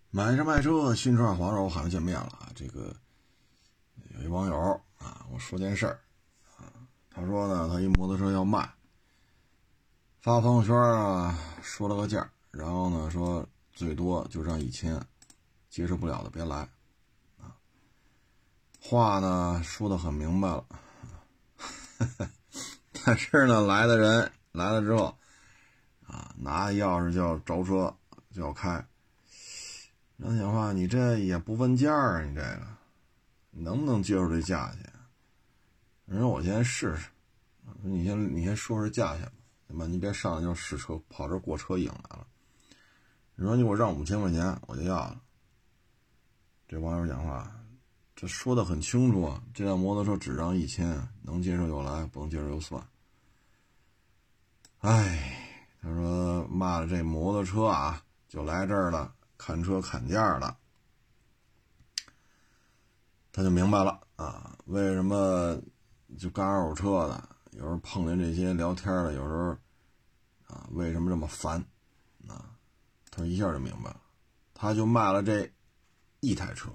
买车卖车，新车黄肉好像见面了啊！这个有一网友啊，我说件事儿啊，他说呢，他一摩托车要卖，发朋友圈啊，说了个价，然后呢说最多就让1000，接受不了的别来啊。话呢说得很明白了，但是呢来的人来了之后啊，拿钥匙就要着车就要开。然后讲话，你这也不问价啊，你这个能不能接受这价钱？人说我先试试，你先说说价钱吧，对吧？你别上来就试车，跑这过车瘾来了。你说你给我让5000块钱，我就要了。这网友讲话，这说的很清楚啊，这辆摩托车只让1000，能接受就来，不能接受就算。哎，他说骂了这摩托车啊，就来这儿了。看车砍价的，他就明白了啊，为什么就干二手车的有时候碰见这些聊天的，有时候啊为什么这么烦啊？他一下就明白了，他就卖了这一台车，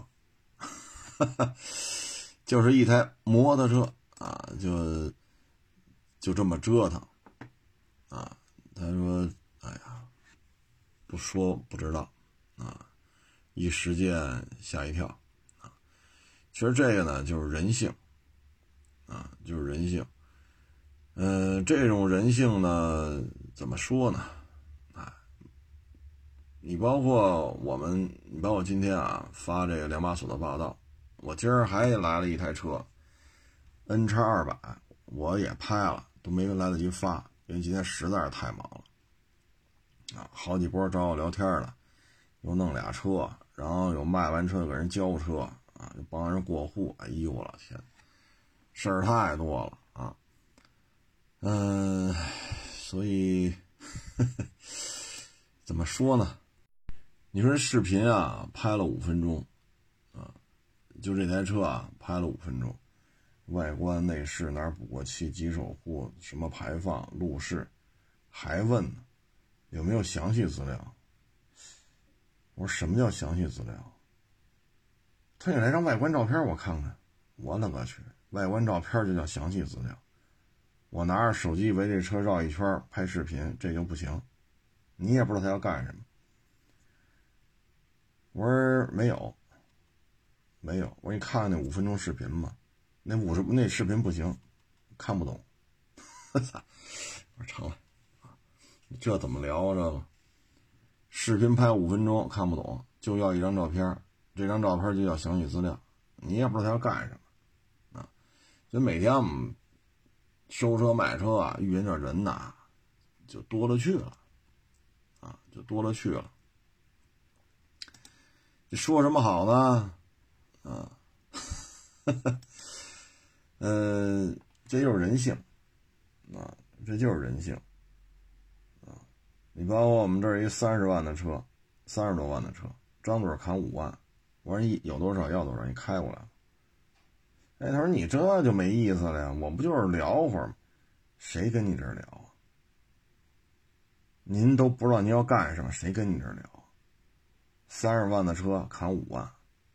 就是一台摩托车啊，就这么折腾啊。他说：“哎呀，不说不知道。”啊，一实践吓一跳啊！其实这个呢，就是人性啊，就是人性。这种人性呢，怎么说呢？啊，你包括今天啊发这个2把锁的报道，我今儿还来了一台车 ，NX200，我也拍了，都没来得及发，因为今天实在是太忙了啊，好几波找我聊天的。又弄俩车，然后有卖完车给人交车啊，又帮人过户，哎呦我的天，事儿太多了啊。所以怎么说呢？你说这视频啊，拍了5分钟啊，就这台车啊，拍了5分钟，外观内饰哪儿补过漆、几手护、什么排放、路试，还问呢，有没有详细资料？我说什么叫详细资料？他给来张外观照片我看看，我勒个去，外观照片就叫详细资料。我拿着手机围这车绕一圈拍视频，这就不行。你也不知道他要干什么。我说没有，我说你看看那5分钟视频吧，那视频不行，看不懂。我说成了，这怎么聊啊？这个视频拍5分钟看不懂，就要一张照片，这张照片就叫详细资料，你也不知道他要干什么啊。所以每天我们收车卖车啊，遇见这人呐，就多了去了啊，就多了去了。这说什么好呢？啊，这就是人性啊，这就是人性啊。你包括我们这儿一30万的车，30多万的车，张嘴砍5万，我说你有多少要多少，你开过来。哎，他说你这就没意思了呀，我不就是聊会儿吗？谁跟你这儿聊啊？您都不知道您要干什么，谁跟你这儿聊？30万的车砍5万，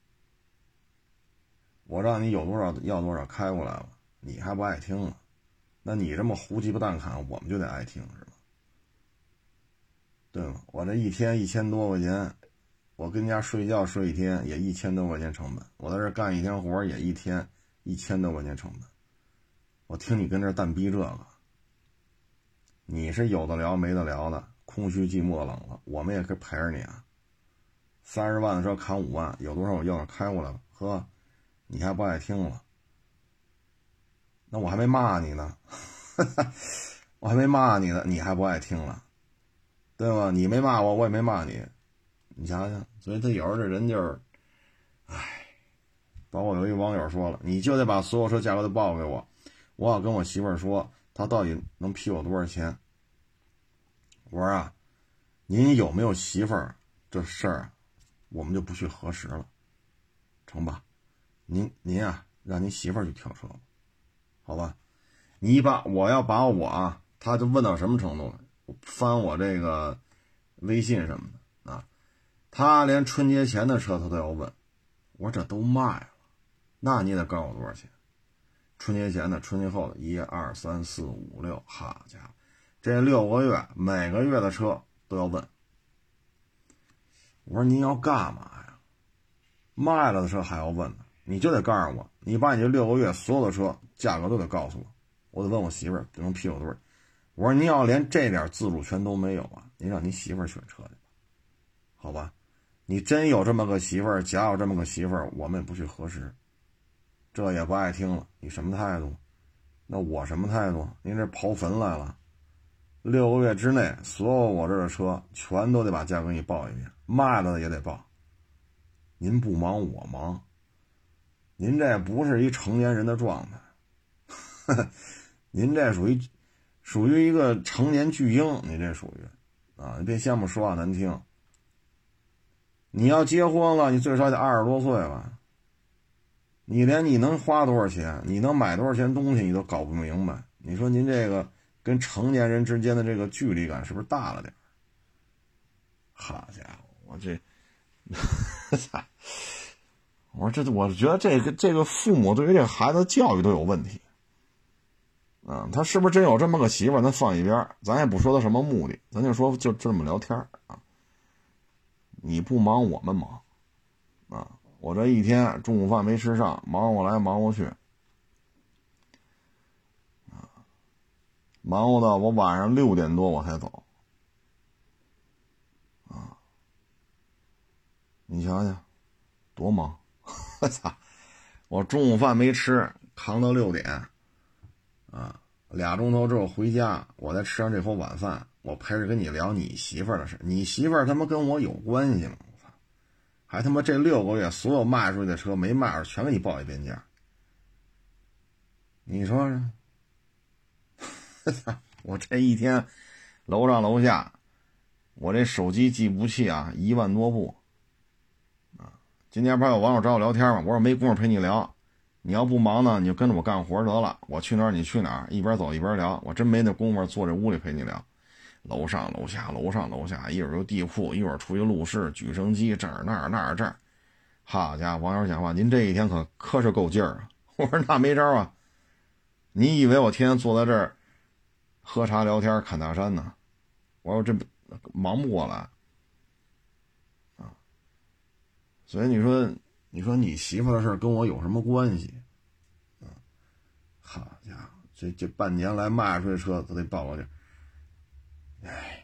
我让你有多少要多少开过来了，你还不爱听了？那你这么胡鸡巴蛋砍，我们就得爱听是吧？对吗？我这一天1000多块钱，我跟家睡觉睡一天也1000多块钱成本，我在这干一天活也一天1000多块钱成本，我听你跟这蛋逼这个，你是有的聊没得聊的，空虚寂寞冷了，我们也可以陪着你啊。30万的车砍5万，有多少我要开过来了，呵，你还不爱听了？那我还没骂你呢，我还没骂你呢，你还不爱听了，对吧？你没骂我，我也没骂你，你想想，所以他有时候这人就是，唉，包括有一个网友说了，你就得把所有车价格都报给我，我要跟我媳妇儿说，她到底能批我多少钱。我说啊，您有没有媳妇儿这事儿，我们就不去核实了，成吧？您啊，让您媳妇儿去挑车吧，好吧？我要把我啊，他就问到什么程度了？翻我这个微信什么的啊， 他连春节前的车他都要问。我说这都卖了，那你得告诉我多少钱？春节前的、春节后的1、2、3、4、5、6，好家伙，这6个月每个月的车都要问。我说您要干嘛呀？卖了的车还要问呢？你就得告诉我，你把你这6个月所有的车价格都得告诉我，我得问我媳妇儿，得用屁股对。我说您要连这点自主权都没有啊，您让您媳妇儿选车去吧，好吧？你真有这么个媳妇儿，假有这么个媳妇儿，我们也不去核实，这也不爱听了。你什么态度？那我什么态度？您这刨坟来了？6个月之内，所有我这的车全都得把价格给你报一遍，卖了的也得报。您不忙我忙，您这不是一成年人的状态，您这属于一个成年巨婴，你这属于啊！你别羡慕说话难听。你要结婚了，你最少得20多岁吧？你连你能花多少钱，你能买多少钱东西，你都搞不明白。你说您这个跟成年人之间的这个距离感是不是大了点？好家伙，我这，我觉得这个父母对于这个孩子的教育都有问题。他是不是真有这么个媳妇儿？咱放一边，咱也不说他什么目的，咱就说就这么聊天啊。你不忙我们忙啊！我这一天中午饭没吃上，忙活来忙活去啊，忙活到我晚上6点多我才走啊！你想想，多忙！我操！我中午饭没吃，扛到6点啊，2钟头之后回家，我再吃上这口晚饭，我陪着跟你聊你媳妇儿的事。你媳妇儿他妈跟我有关系吗？还他妈这6个月所有卖出去的车没卖出全给你报一遍价，你说说我这一天楼上楼下，我这手机计步器啊1万多部啊！今天不是有网友找我聊天吗？我说没工夫陪你聊，你要不忙呢，你就跟着我干活得了，我去哪儿你去哪儿，一边走一边聊，我真没那功夫坐这屋里陪你聊。楼上楼下楼上楼下，一会儿有地库，一会儿出去路试，举升机这儿那儿那儿这儿，好家伙，网友讲话，您这一天可是够劲儿啊！我说那没招啊，你以为我天天坐在这儿喝茶聊天侃大山呢？我说这忙不过来啊！所以你说你媳妇的事跟我有什么关系啊？好家伙，这半年来卖出去车都得报个价。哎，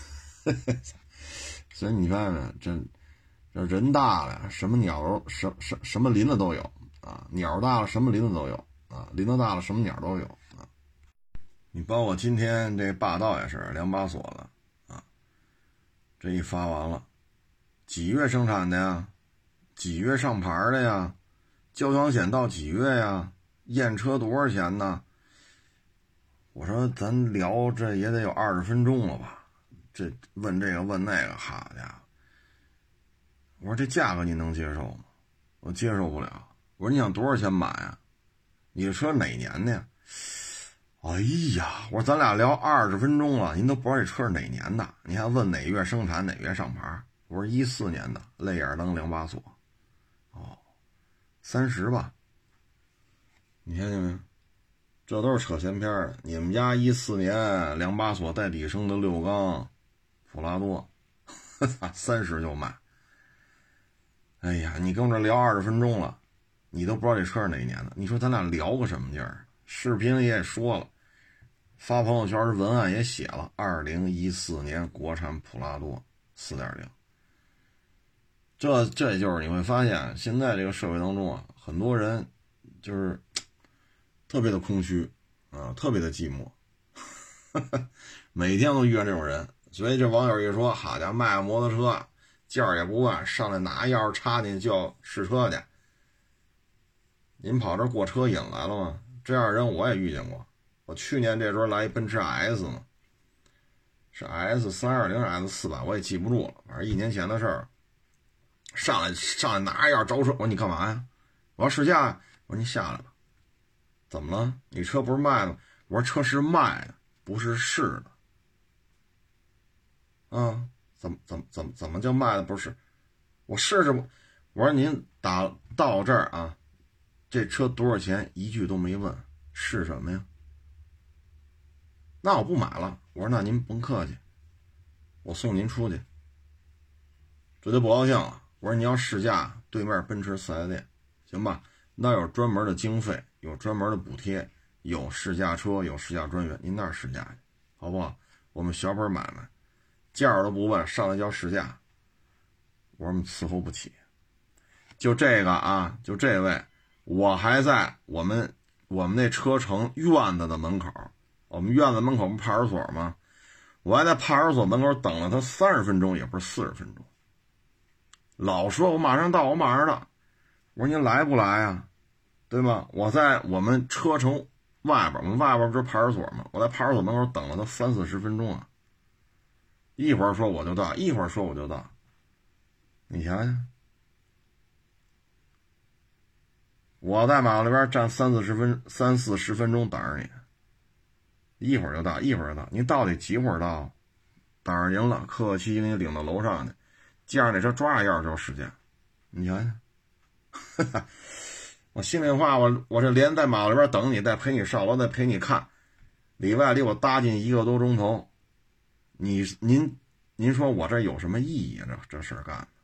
所以你看看，这人大了，什么鸟什么林子都有啊，鸟大了什么林子都有啊，林子大了什么鸟都有啊。你包括今天这霸道也是2把锁的啊，这一发完了，几月生产的呀？几月上牌的呀？交强险到几月呀？验车多少钱呢？我说咱聊这也得有20分钟了吧？这问这个问那个，好家伙！我说这价格你能接受吗？我接受不了。我说你想多少钱买啊？你这车哪年的呀？哎呀，我说咱俩聊20分钟了，您都不知道这车是哪年的，你还问哪月生产哪月上牌？我说14年的，泪眼灯2把锁。哦，30吧？你看见没？这都是扯闲篇的。你们家14年2把锁带底升的6缸普拉多，30就卖。哎呀，你跟我这聊20分钟了，你都不知道这车是哪一年的。你说咱俩聊个什么劲儿？视频里也说了，发朋友圈的文案也写了，2014年国产普拉多 4.0。这就是你会发现，现在这个社会当中啊，很多人就是特别的空虚啊，特别的寂寞，每天都遇见这种人。所以这网友一说，好家伙，卖个摩托车价儿也不问，上来拿钥匙插进去就要试车去。您跑这过车瘾来了吗？这样人我也遇见过。我去年这时候来一奔驰 S 嘛，是 S320 S400，我也记不住了，反正1年前的事儿。上来拿着钥匙招车，我说你干嘛呀？我要试驾呀。我说你下来吧。怎么了？你车不是卖的？我说车是卖的，不是试的。啊，怎么叫卖的不是？ 我试试不？我说您到这儿啊，这车多少钱？一句都没问，是什么呀？那我不买了。我说那您甭客气，我送您出去。这就不高兴了。我说你要试驾，对面奔驰4S店，行吧？那有专门的经费，有专门的补贴，有试驾车，有试驾专员，您那儿试驾去，好不好？我们小本买卖，价都不问，上来就要试驾。我说我们伺候不起。就这个啊，就这位，我还在我们那车城院子的门口，我们院子门口不派出所吗？我还在派出所门口等了他30分钟，也不是40分钟。老说我马上到，我马上到。我说您来不来啊？对吧？我在我们车城外边，我们外边不是派出所吗？我在派出所门口等了他30-40分钟啊。一会儿说我就到，一会儿说我就到。你想想，我在马路边站30-40分钟等着你，一会儿就到，一会儿就到。您到底几会儿到？等着您了，客客气气给你领到楼上去，接上那车抓着钥匙就试驾。你想想，我心里话，我这连在马路边等你，再陪你上楼，再陪你看，里外里我搭进1个多钟头，您说我这有什么意义啊？这事儿干的，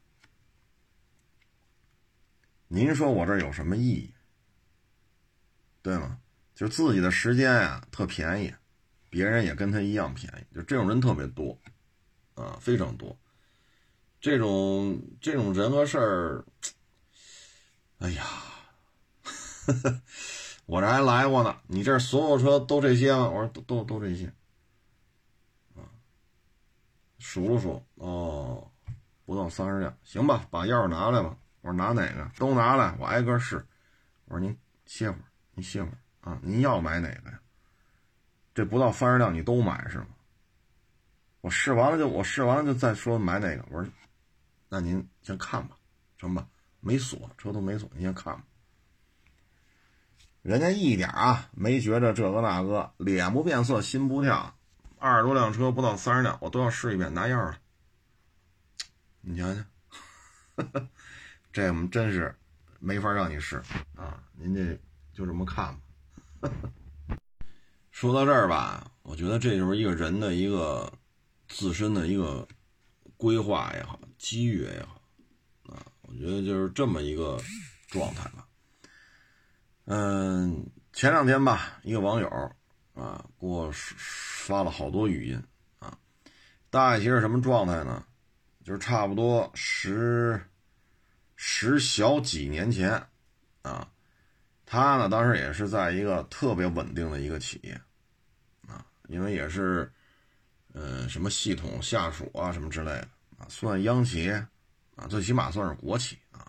您说我这有什么意义？对吗？就自己的时间呀，特便宜，别人也跟他一样便宜，就这种人特别多啊，非常多。这种人和事儿，哎呀，我这还来过呢。你这所有车都这些吗？我说都这些啊，数了数，哦，不到30辆，行吧，把钥匙拿来吧。我说拿哪个？都拿来，我挨个试。我说您歇会儿，您歇会儿啊，您要买哪个呀？这不到30辆你都买是吗？我试完了就再说买哪个。我说那您先看吧，成吧？没锁，车都没锁，您先看吧。人家一点啊没觉着这个那个，脸不变色心不跳，20多辆车不到30辆，我都要试一遍，拿钥匙。你想想，这我们真是没法让你试啊！您这就这么看吧。说到这儿吧，我觉得这就是一个人的一个自身的一个规划也好，机遇也好啊，我觉得就是这么一个状态吧。前2天吧，一个网友啊给我发了好多语音啊，大概其实什么状态呢？就是差不多十小几年前啊，他呢当时也是在一个特别稳定的一个企业啊，因为也是什么系统下属啊什么之类的啊，算央企啊，最起码算是国企啊。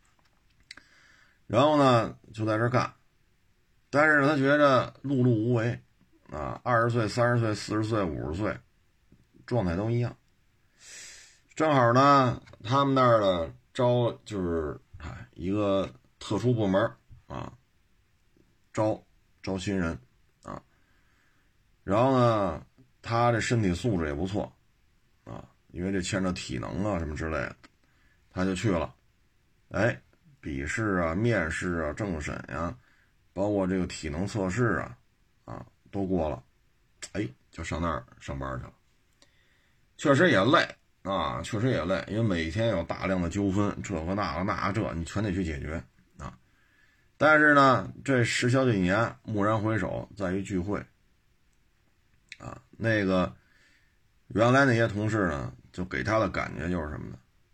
然后呢就在这干，但是他觉得碌碌无为啊，20岁、30岁、40岁、50岁，状态都一样。正好呢，他们那儿的就是一个特殊部门啊，招新人啊。然后呢，他这身体素质也不错啊，因为这牵扯体能啊什么之类的，他就去了。哎，笔试啊、面试啊、政审呀，包括这个体能测试啊都过了。哎，就上那儿上班去了。确实也累啊，确实也累，因为每天有大量的纠纷，这个那个你全得去解决啊。但是呢，这10小几年蓦然回首，在于聚会啊。那个原来那些同事呢，就给他的感觉就是什么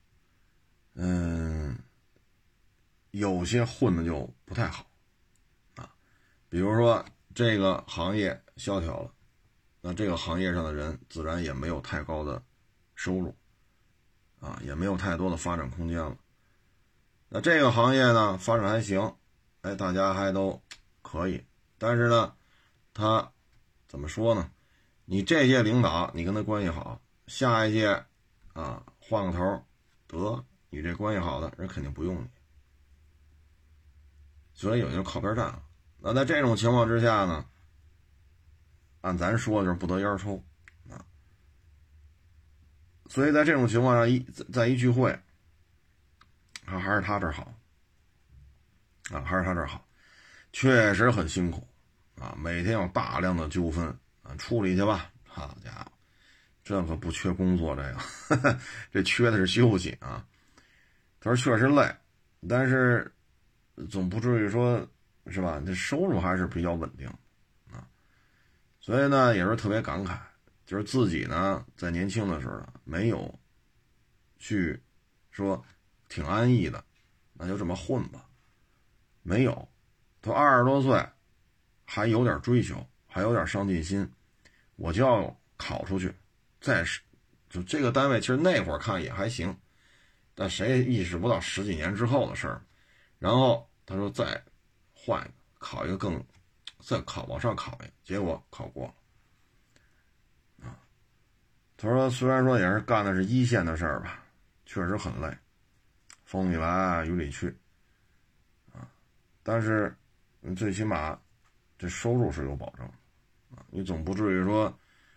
呢？有些混的就不太好啊。比如说这个行业萧条了，那这个行业上的人自然也没有太高的收入啊，也没有太多的发展空间了。那这个行业呢，发展还行，哎，大家还都可以。但是呢，他怎么说呢？你这届领导你跟他关系好，下一届啊换个头，得你这关系好的人肯定不用你，所以有就靠边站了。那在这种情况之下呢，按咱说就是不得烟抽啊。所以在这种情况上，在一聚会还是他这儿好啊，还是他这儿好，确实很辛苦啊，每天有大量的纠纷啊，处理去吧。好家伙，这可不缺工作，这个这缺的是休息啊。他说确实累，但是总不至于说是吧，这收入还是比较稳定啊。所以呢，也是特别感慨，就是自己呢在年轻的时候呢没有去说挺安逸的，那就这么混吧。没有，他20多岁还有点追求，还有点上进心，我就要考出去。再是就这个单位，其实那会儿看也还行，但谁也意识不到10几年之后的事儿。然后他说再换一个，考一个再往上考一个，结果考过了啊。他说虽然说也是干的是一线的事儿吧，确实很累，风里来雨里去啊，但是最起码这收入是有保证的啊，你总不至于说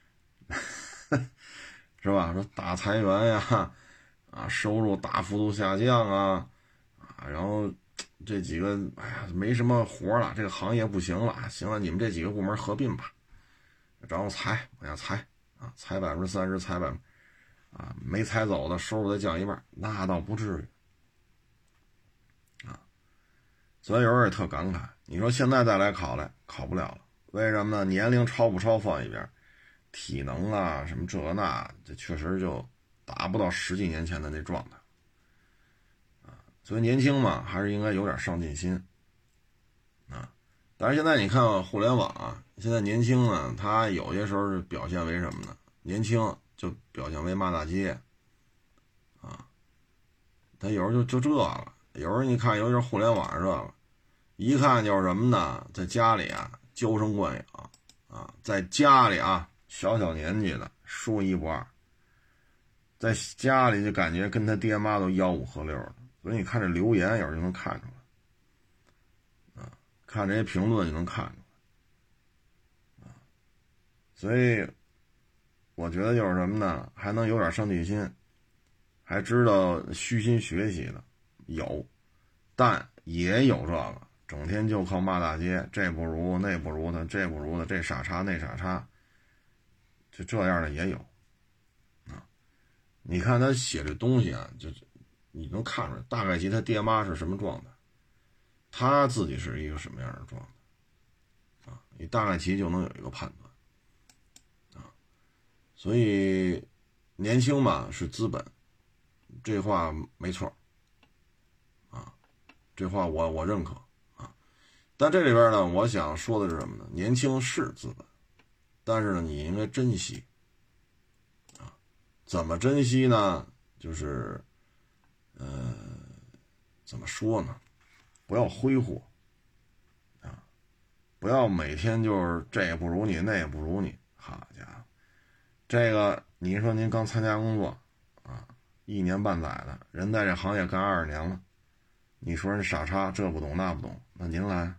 是吧？说大裁员呀，啊，收入大幅度下降啊，然后这几个哎呀没什么活了，这个行业不行了，行了，你们这几个部门合并吧，然后往下裁啊，裁30%，裁啊，没裁走的收入再降一半，那倒不至于啊。所以有人也特感慨，你说现在再来考不了了，为什么呢？年龄超不超放一边，体能啊什么这那，这确实就达不到10几年前的那状态啊。所以年轻嘛，还是应该有点上进心啊。但是现在你看互联网啊，现在年轻呢，他有些时候是表现为什么呢？年轻就表现为骂大街啊，他有时候就这个，有时候你看，尤其是互联网上这个，一看就是什么呢？在家里啊娇生惯养啊，在家里啊小年纪的说一不二，在家里就感觉跟他爹妈都吆五喝六的，所以你看这留言有时候就能看出来啊，看这些评论就能看出来啊，所以我觉得就是什么呢？还能有点上进心，还知道虚心学习的有，但也有这个整天就靠骂大街，这不如那不如他，这不如他，这傻叉那傻叉，就这样的也有啊。你看他写这东西啊，就你能看出来，大概其他爹妈是什么状态，他自己是一个什么样的状态啊？你大概其就能有一个判断啊。所以年轻嘛是资本，这话没错啊，这话我认可啊。但这里边呢，我想说的是什么呢？年轻是资本，但是呢，你应该珍惜啊。怎么珍惜呢？就是怎么说呢？不要挥霍啊，不要每天就是这也不如你，那也不如你。好家伙，这个你说您刚参加工作啊，1年半载的人在这行业干20年了，你说人傻叉这不懂那不懂，那您来。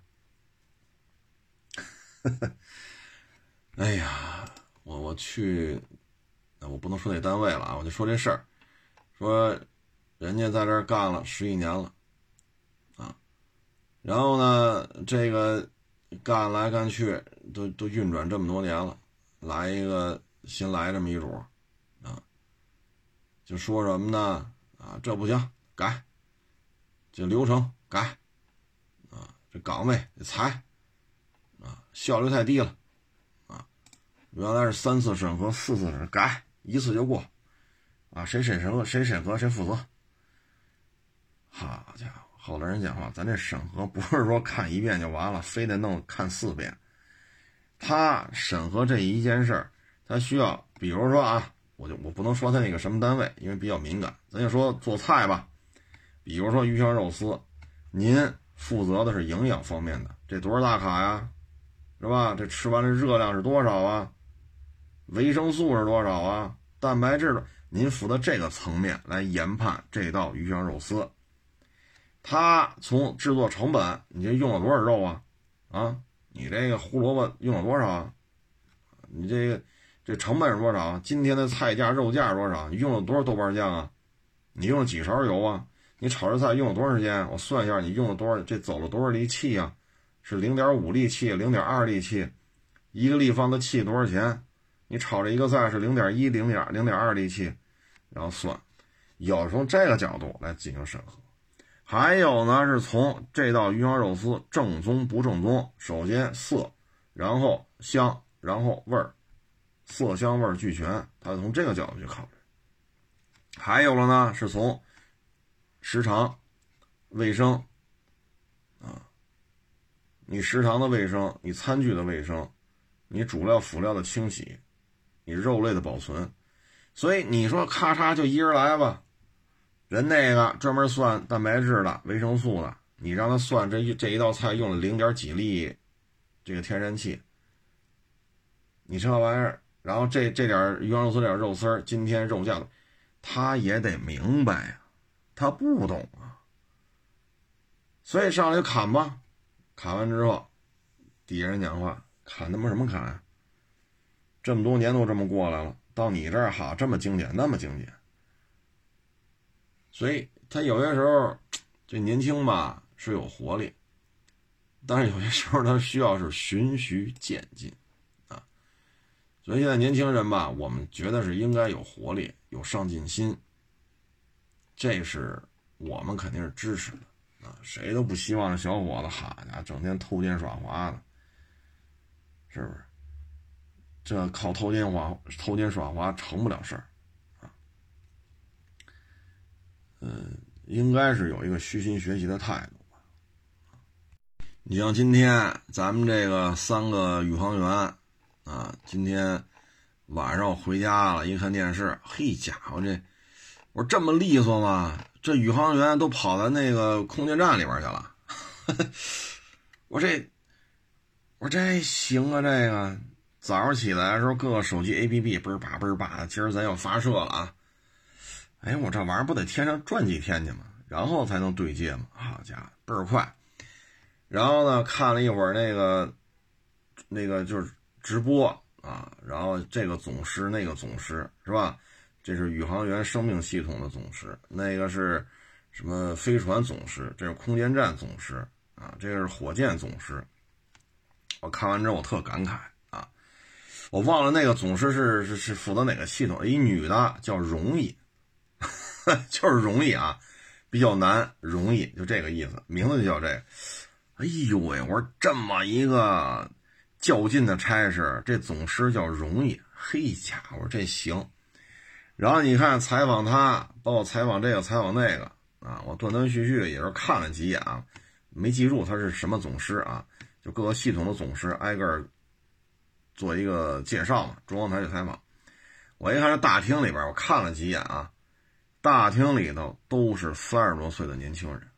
哎呀，我去，我不能说那单位了啊，我就说这事儿，说人家在这儿干了11年了啊，然后呢，这个干来干去都运转这么多年了，来一个新来这么一主啊，就说什么呢？啊，这不行，改，这流程改啊，这岗位裁啊，效率太低了。原来是3次审核4次审核改1次就过啊，谁审核谁负责。好家伙，好多人讲话，咱这审核不是说看1遍就完了，非得看4遍。他审核这一件事儿，他需要比如说啊，我不能说他那个什么单位，因为比较敏感，咱就说做菜吧，比如说鱼香肉丝，您负责的是营养方面的，这多少大卡呀，是吧？这吃完的热量是多少啊？维生素是多少啊？蛋白质的，您负责这个层面来研判这道鱼香肉丝。它从制作成本，你这用了多少肉啊？啊，你这个胡萝卜用了多少啊？你这成本是多少？今天的菜价肉价是多少？你用了多少豆瓣酱啊？你用了几勺油啊？ 你炒这菜用了多长时间？我算一下，你用了多少，这走了多少粒气啊？是 0.5 粒气 0.2 粒气，一个立方的气多少钱？你炒这一个菜是 0.1 0.2 粒气，然后算，有从这个角度来进行审核。还有呢，是从这道鱼香肉丝正宗不正宗，首先色，然后香，然后味儿，色香味俱全，他从这个角度去考虑。还有了呢，是从食堂卫生啊，你食堂的卫生，你餐具的卫生，你主料辅料的清洗，你肉类的保存。所以你说咔嚓就一人来吧，人那个专门算蛋白质的维生素的，你让他算这一道菜用了0.几粒这个天然气，你这玩意儿，然后这点鱼香肉丝这点肉丝儿，今天肉价他也得明白呀，他不懂啊，所以上来就砍吧，砍完之后底下人讲话，砍他妈什么砍啊，这么多年都这么过来了，到你这儿好这么精简那么精简。所以他有些时候这年轻吧是有活力，但是有些时候他需要是循序渐进啊。所以现在年轻人吧，我们觉得是应该有活力，有上进心，这是我们肯定是支持的啊。谁都不希望这小伙子好家伙整天偷奸耍滑的，是不是？这靠偷奸耍滑成不了事儿啊。应该是有一个虚心学习的态度吧。你像今天咱们这个3个宇航员啊，今天晚上我回家了，一看电视，嘿家伙我说这么利索吗？这宇航员都跑到那个空间站里边去了。我说这行啊，这个早上起来的时候各个手机 APP 嘣儿吧嘣儿吧的，今儿咱要发射了啊。哎，我这玩意儿不得天上转几天去吗？然后才能对接吗？好家伙，倍儿快。然后呢，看了一会儿那个就是直播啊，然后这个总师那个总师是吧？这是宇航员生命系统的总师，那个是什么飞船总师，这是空间站总师啊，这个是火箭总师。我看完之后我特感慨啊，我忘了那个总师是负责哪个系统，一女的叫容易。就是容易啊，比较难，容易就这个意思，名字就叫这个。哎呦喂，我说这么一个较劲的差事，这总师叫容易，嘿家伙这行。然后你看采访他，包括采访这个采访那个啊，我断断续续也是看了几眼啊，没记住他是什么总师啊，就各个系统的总师挨个做一个介绍嘛，中央台去采访。我一看这大厅里边，我看了几眼啊，大厅里头都是30多岁的年轻人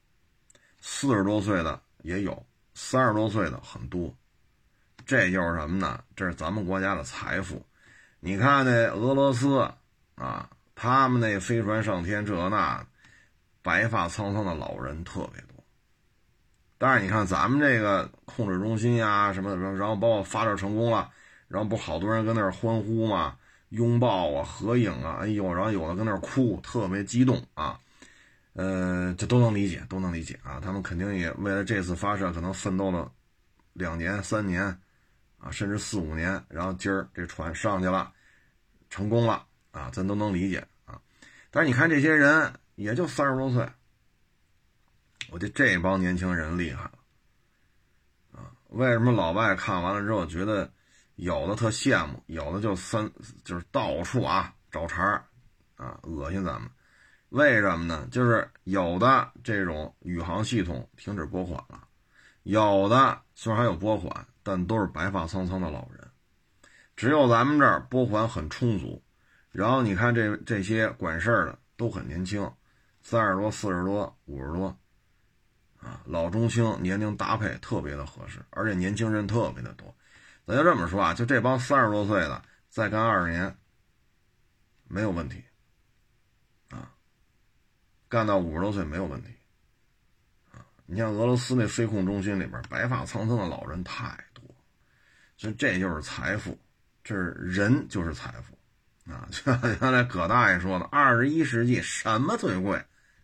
，40多岁的也有，30多岁的很多。这就是什么呢？这是咱们国家的财富。你看那俄罗斯啊，他们那飞船上天这那，白发苍苍的老人特别多。但是你看咱们这个控制中心呀什么的，然后包括发射成功了，然后不好多人跟那儿欢呼吗？拥抱啊，合影啊，哎呦，然后有的跟那儿哭，特别激动啊。这都能理解，都能理解啊。他们肯定也为了这次发射，可能奋斗了2年、3年啊，甚至4、5年。然后今儿这船上去了，成功了啊，咱都能理解啊。但是你看这些人，也就30多岁，我觉得这帮年轻人厉害了啊。为什么老外看完了之后觉得？有的特羡慕，有的就是到处啊找茬啊，恶心咱们。为什么呢？就是有的这种宇航系统停止拨款了，有的虽然还有拨款，但都是白发苍苍的老人。只有咱们这儿拨款很充足，然后你看这些管事儿的都很年轻，30多、40多、50多啊，老中青年龄搭配特别的合适，而且年轻人特别的多。咱就这么说啊，就这帮30多岁的再干20年没有问题啊，干到50多岁没有问题啊。你像俄罗斯那飞控中心里边白发苍苍的老人太多，所以这就是财富，这是人就是财富啊。就像原来葛大爷说的，21世纪什么最贵？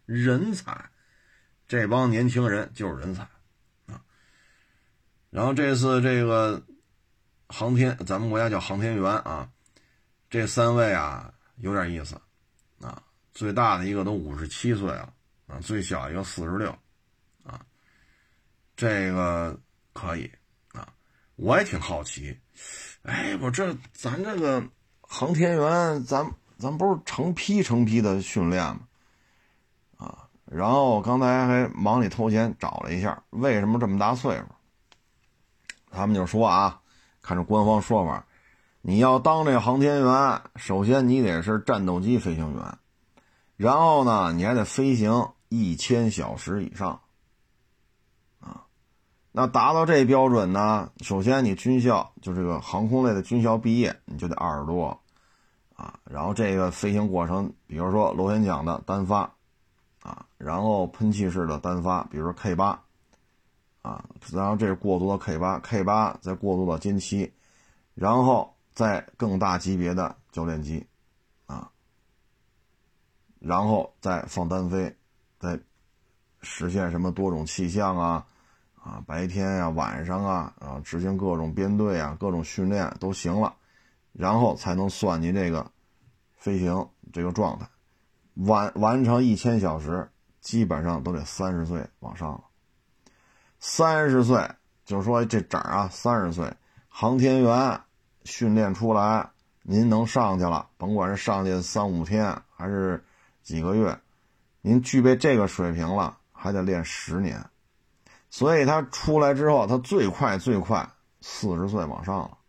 人才，这帮年轻人就是人才啊。然后这次这个航天，咱们国家叫航天员啊，这3位啊有点意思啊，最大的一个都57岁了啊，最小一个46啊，这个可以啊。我也挺好奇，哎，咱这个航天员，咱不是成批的训练吗？啊，然后刚才还忙里偷闲找了一下，为什么这么大岁数？他们就说啊，看这官方说法，你要当这个航天员，首先你得是战斗机飞行员，然后呢，你还得飞行1000小时以上，啊，那达到这标准呢，首先你军校就这个航空类的军校毕业，你就得20多，啊，然后这个飞行过程，比如说螺旋桨的单发，啊，然后喷气式的单发，比如说 K8。啊，然后这是过渡到 K8 再过渡到歼7，然后再更大级别的教练机啊，然后再放单飞，再实现什么多种气象啊，白天啊晚上啊，执行各种编队啊，各种训练都行了，然后才能算你这个飞行这个状态，完成1000小时基本上都得30岁往上了。30岁，就是说这整啊，30岁，航天员训练出来，您能上去了，甭管是上去3、5天还是几个月，您具备这个水平了，还得练10年，所以他出来之后，他最快40岁往上了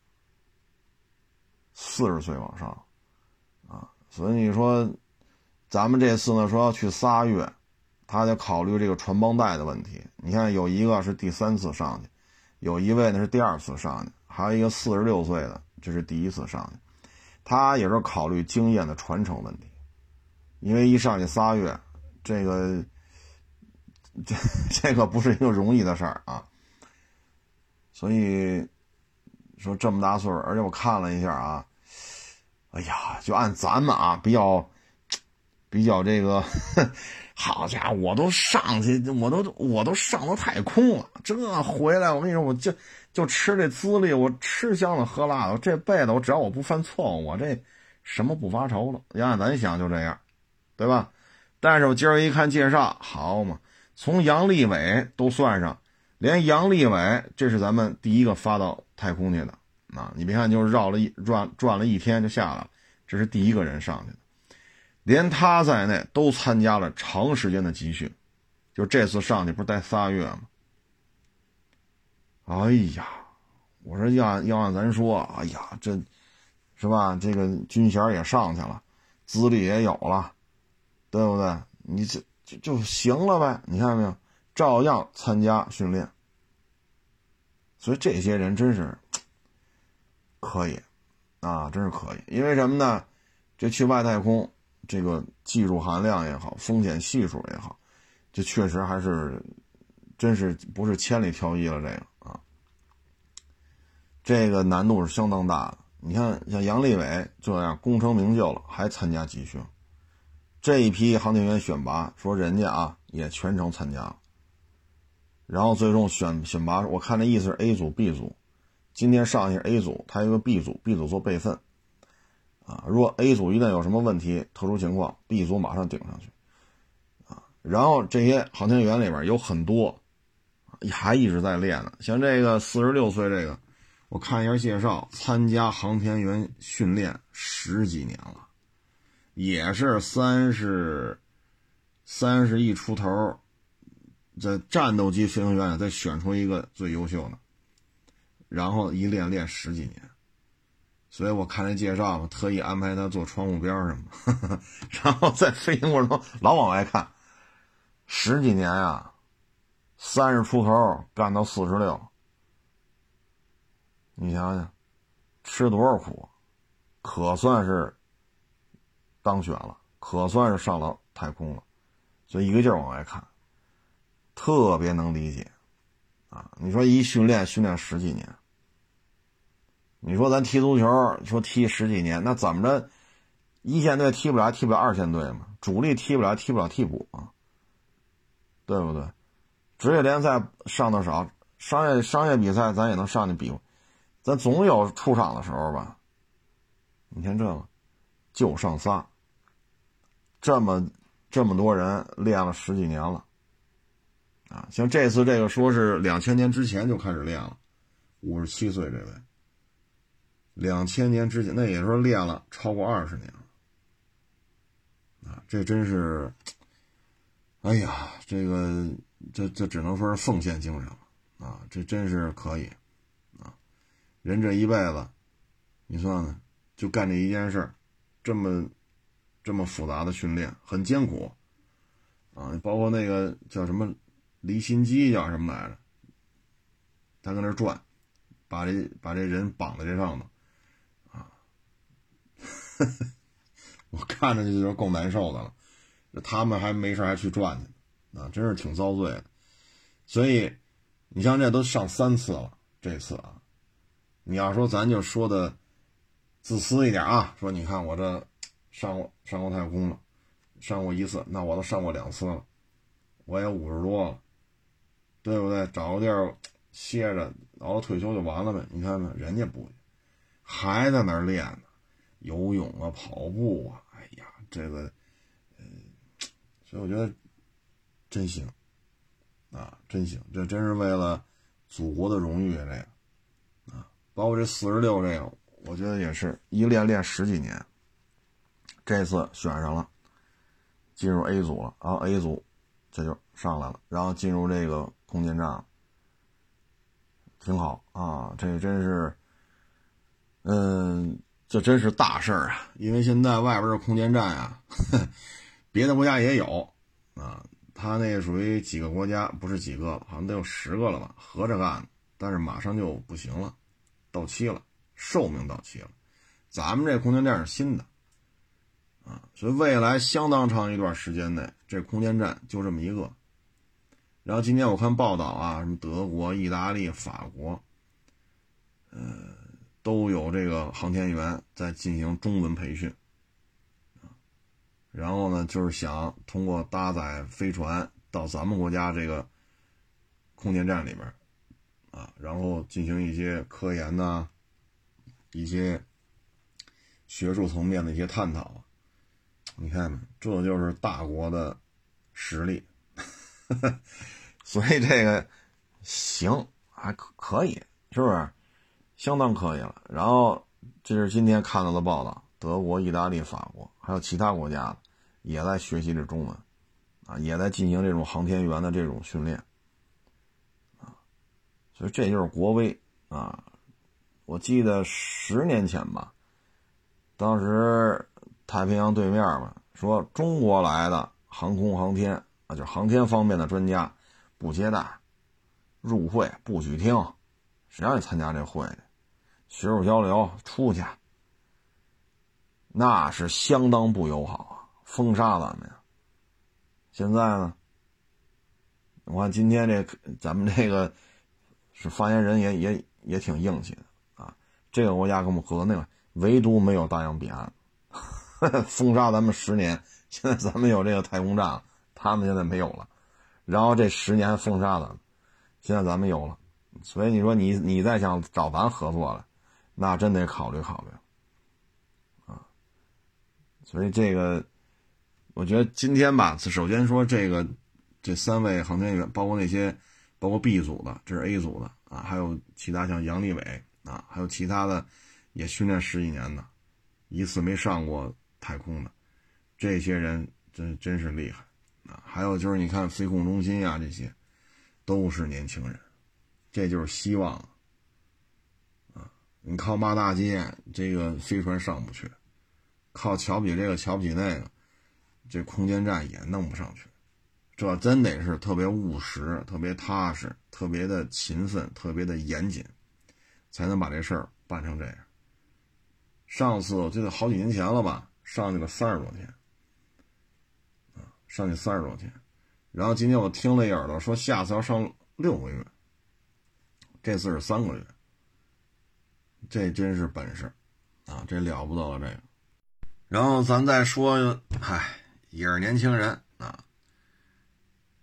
，40岁往上，啊，所以你说，咱们这次呢说要去仨月。他得考虑这个传帮带的问题。你看，有一个是第3次上去，有一位呢是第2次上去，还有一个46岁的，这是第1次上去。他也是考虑经验的传承问题，因为一上去仨月，这个不是一个容易的事儿啊。所以说这么大岁数，而且我看了一下啊，哎呀，就按咱们啊比较这个。好家伙，我都上去，我都上到太空了。这回来，我跟你说，我就吃这资历，我吃香了喝辣的。我这辈子，只要我不犯错误，我这什么不发愁了。要按咱想就这样，对吧？但是我今儿一看介绍，好嘛，从杨利伟都算上，连杨利伟这是咱们第一个发到太空去的啊！你别看就是转了1天就下来，这是第一个人上去的。连他在内都参加了长时间的集训，就这次上去不是待3月吗？哎呀，我说要按咱说，哎呀，这是吧？这个军衔也上去了，资历也有了，对不对？你就行了呗？你看到没有？照样参加训练。所以这些人真是可以啊，真是可以。因为什么呢？这去外太空。这个技术含量也好，风险系数也好，这确实还是真是不是千里挑一了。这个啊，这个难度是相当大的。你看，像杨利伟这样功成名就了，还参加集训，这一批航天员选拔，说人家啊也全程参加了，然后最终选拔，我看这意思是 A 组、B 组，今天上去是 A 组，他有个 B 组，B 组做备份。啊，如果 A 组一旦有什么问题、特殊情况 ，B 组马上顶上去，啊，然后这些航天员里边有很多还一直在练呢，像这个46岁这个，我看一下介绍，参加航天员训练10几年了，也是31出头，在战斗机飞行员再选出一个最优秀的，然后一练10几年。所以我看这介绍，特意安排他坐窗户边上嘛，然后在飞行过程中老往外看，10几年啊，30出头干到46，你想想吃多少苦，可算是当选了，可算是上了太空了，所以一个劲儿往外看，特别能理解啊！你说一训练10几年。你说咱踢足球，说踢10几年，那怎么着？一线队踢不了2线队嘛？主力踢不了替补啊？ 对不对？职业联赛上的少，商业比赛咱也能上去比划，咱总有出场的时候吧。你看这个，就剩仨，这么多人练了10几年了，啊，像这次这个说是2000年之前就开始练了，57岁这位，2000年之前，那也就是说练了超过20年了，啊，这真是，哎呀，这只能说是奉献精神了，啊，这真是可以，啊，人这一辈子，你算算，就干这一件事，这么复杂的训练，很艰苦，啊，包括那个叫什么离心机叫什么来着，他搁那转，把这人绑在这上头，啊，我看着就觉得够难受的了，他们还没事还去转去，啊，真是挺遭罪的。所以你像这都上3次了，这次啊，你要说咱就说的自私一点啊，说你看我这上过太空了，上过1次，那我都上过2次了，我也50多了，对不对？找个地儿歇着，熬到退休就完了呗。你看看人家不，还在那儿练呢，游泳啊，跑步啊，哎呀，这个，所以我觉得真行啊，真行，这真是为了祖国的荣誉这个啊，包括这46这个，我觉得也是一练10几年，这次选上了，进入 A 组了，然后 A 组这就上来了，然后进入这个空间站了，挺好啊，这真是，这真是大事儿啊！因为现在外边的空间站啊，别的国家也有啊，他那属于几个国家，不是几个了，好像得有10个了吧，合着干，但是马上就不行了，到期了，寿命到期了。咱们这空间站是新的啊，所以未来相当长一段时间内，这空间站就这么一个。然后今天我看报道啊，什么德国、意大利、法国，都有这个航天员在进行中文培训，然后呢，就是想通过搭载飞船到咱们国家这个空间站里边啊，然后进行一些科研呐，一些学术层面的一些探讨。你看看，这就是大国的实力。所以这个行，还可以，是不是？相当可以了。然后这是今天看到的报道，德国、意大利、法国还有其他国家也在学习这中文啊，也在进行这种航天员的这种训练啊，所以这就是国威啊。我记得10年前吧，当时太平洋对面嘛，说中国来的航空航天啊，就是航天方面的专家不接待，入会不许听，谁让你参加这会的？学术交流出去，那是相当不友好啊，封杀咱们呀。现在呢，我看今天咱们这个是发言人也挺硬气的啊，这个国家跟我们合作，那个唯独没有大洋彼岸，封杀咱们10年，现在咱们有这个太空站了，他们现在没有了，然后这10年封杀咱们，现在咱们有了，所以你说你再想找咱合作了，那真得考虑考虑啊。所以这个我觉得今天吧，首先说这3位航天员，包括 B 组的，这是 A 组的啊，还有其他像杨利伟啊，还有其他的也训练10几年的，一次没上过太空的，这些人真是厉害啊。还有就是你看飞控中心啊，这些都是年轻人，这就是希望啊。你靠骂大街这个飞船上不去，靠瞧不起这个瞧不起那个，这空间站也弄不上去。这真得是特别务实，特别踏实，特别的勤奋，特别的严谨，才能把这事儿办成这样。上次我记得好几年前了吧，上去了30多天啊，上去30多天。然后今天我听了一耳朵说下次要上6个月，这次是3个月，这真是本事啊，这了不得了这个。然后咱再说，也是年轻人啊，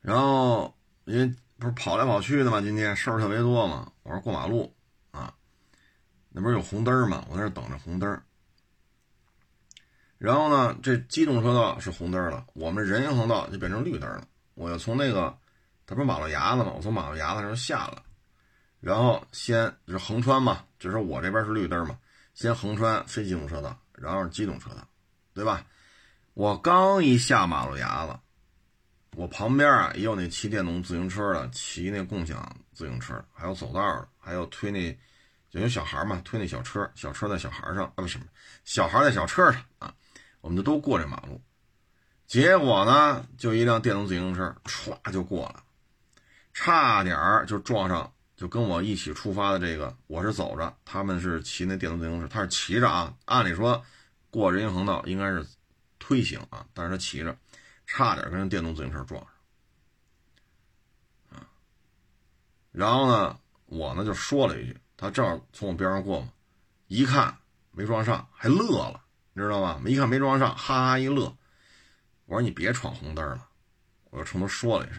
然后因为不是跑来跑去的嘛，今天事儿特别多嘛，我说过马路啊，那不是有红灯嘛，我在这等着红灯。然后呢，这机动车道是红灯了，我们人行横道就变成绿灯了。我要从那个，它不是马路牙子嘛，我从马路牙子上下了，然后先就是横穿嘛，只是我这边是绿灯嘛，先横穿非机动车道，然后是机动车道，对吧？我刚一下马路牙子，我旁边啊也有那骑电动自行车的，骑那共享自行车，还有走道的，还有推那就有小孩嘛，推那小车，小车在小孩上啊，不是小孩在小车上啊，我们就都过这马路。结果呢，就一辆电动自行车歘就过了，差点就撞上，就跟我一起出发的这个，我是走着，他们是骑那电动自行车，他是骑着啊，按理说过人行横道应该是推行啊，但是他骑着，差点跟电动自行车撞上啊。然后呢，我呢就说了一句，他正好从我边上过嘛，一看没撞上，还乐了，你知道吗？一看没撞上，哈哈一乐。我说你别闯红灯了，我就冲他说了一声，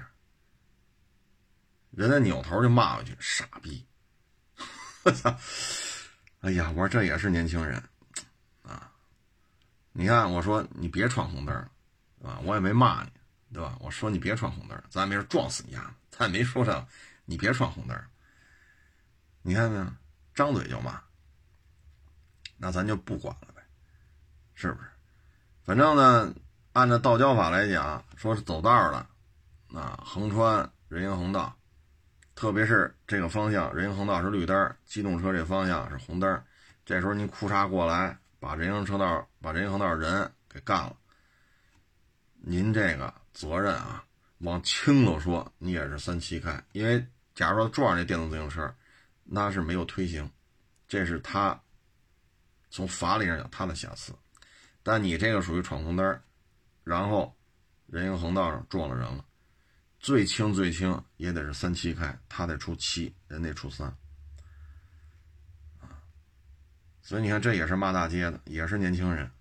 人家扭头就骂我一句傻逼。我操！哎呀，我说这也是年轻人啊！你看，我说你别闯红灯啊，我也没骂你，对吧？我说你别闯红灯，咱也没说撞死你丫，咱也没说啥，你别闯红灯。你看没有，张嘴就骂，那咱就不管了呗，是不是？反正呢，按照道交法来讲，说是走道的啊，横穿人行横道，特别是这个方向人行横道是绿灯，机动车这方向是红灯，这时候您裤衩过来，把人行横道人给干了，您这个责任啊，往轻了说你也是3七开，因为假如说撞上这电动自行车，那是没有推行，这是他从法理上讲他的瑕疵，但你这个属于闯红灯，然后人行横道上撞了人了，最轻也得是3七开，他得出7，人得出3啊。所以你看，这也是骂大街的，也是年轻人。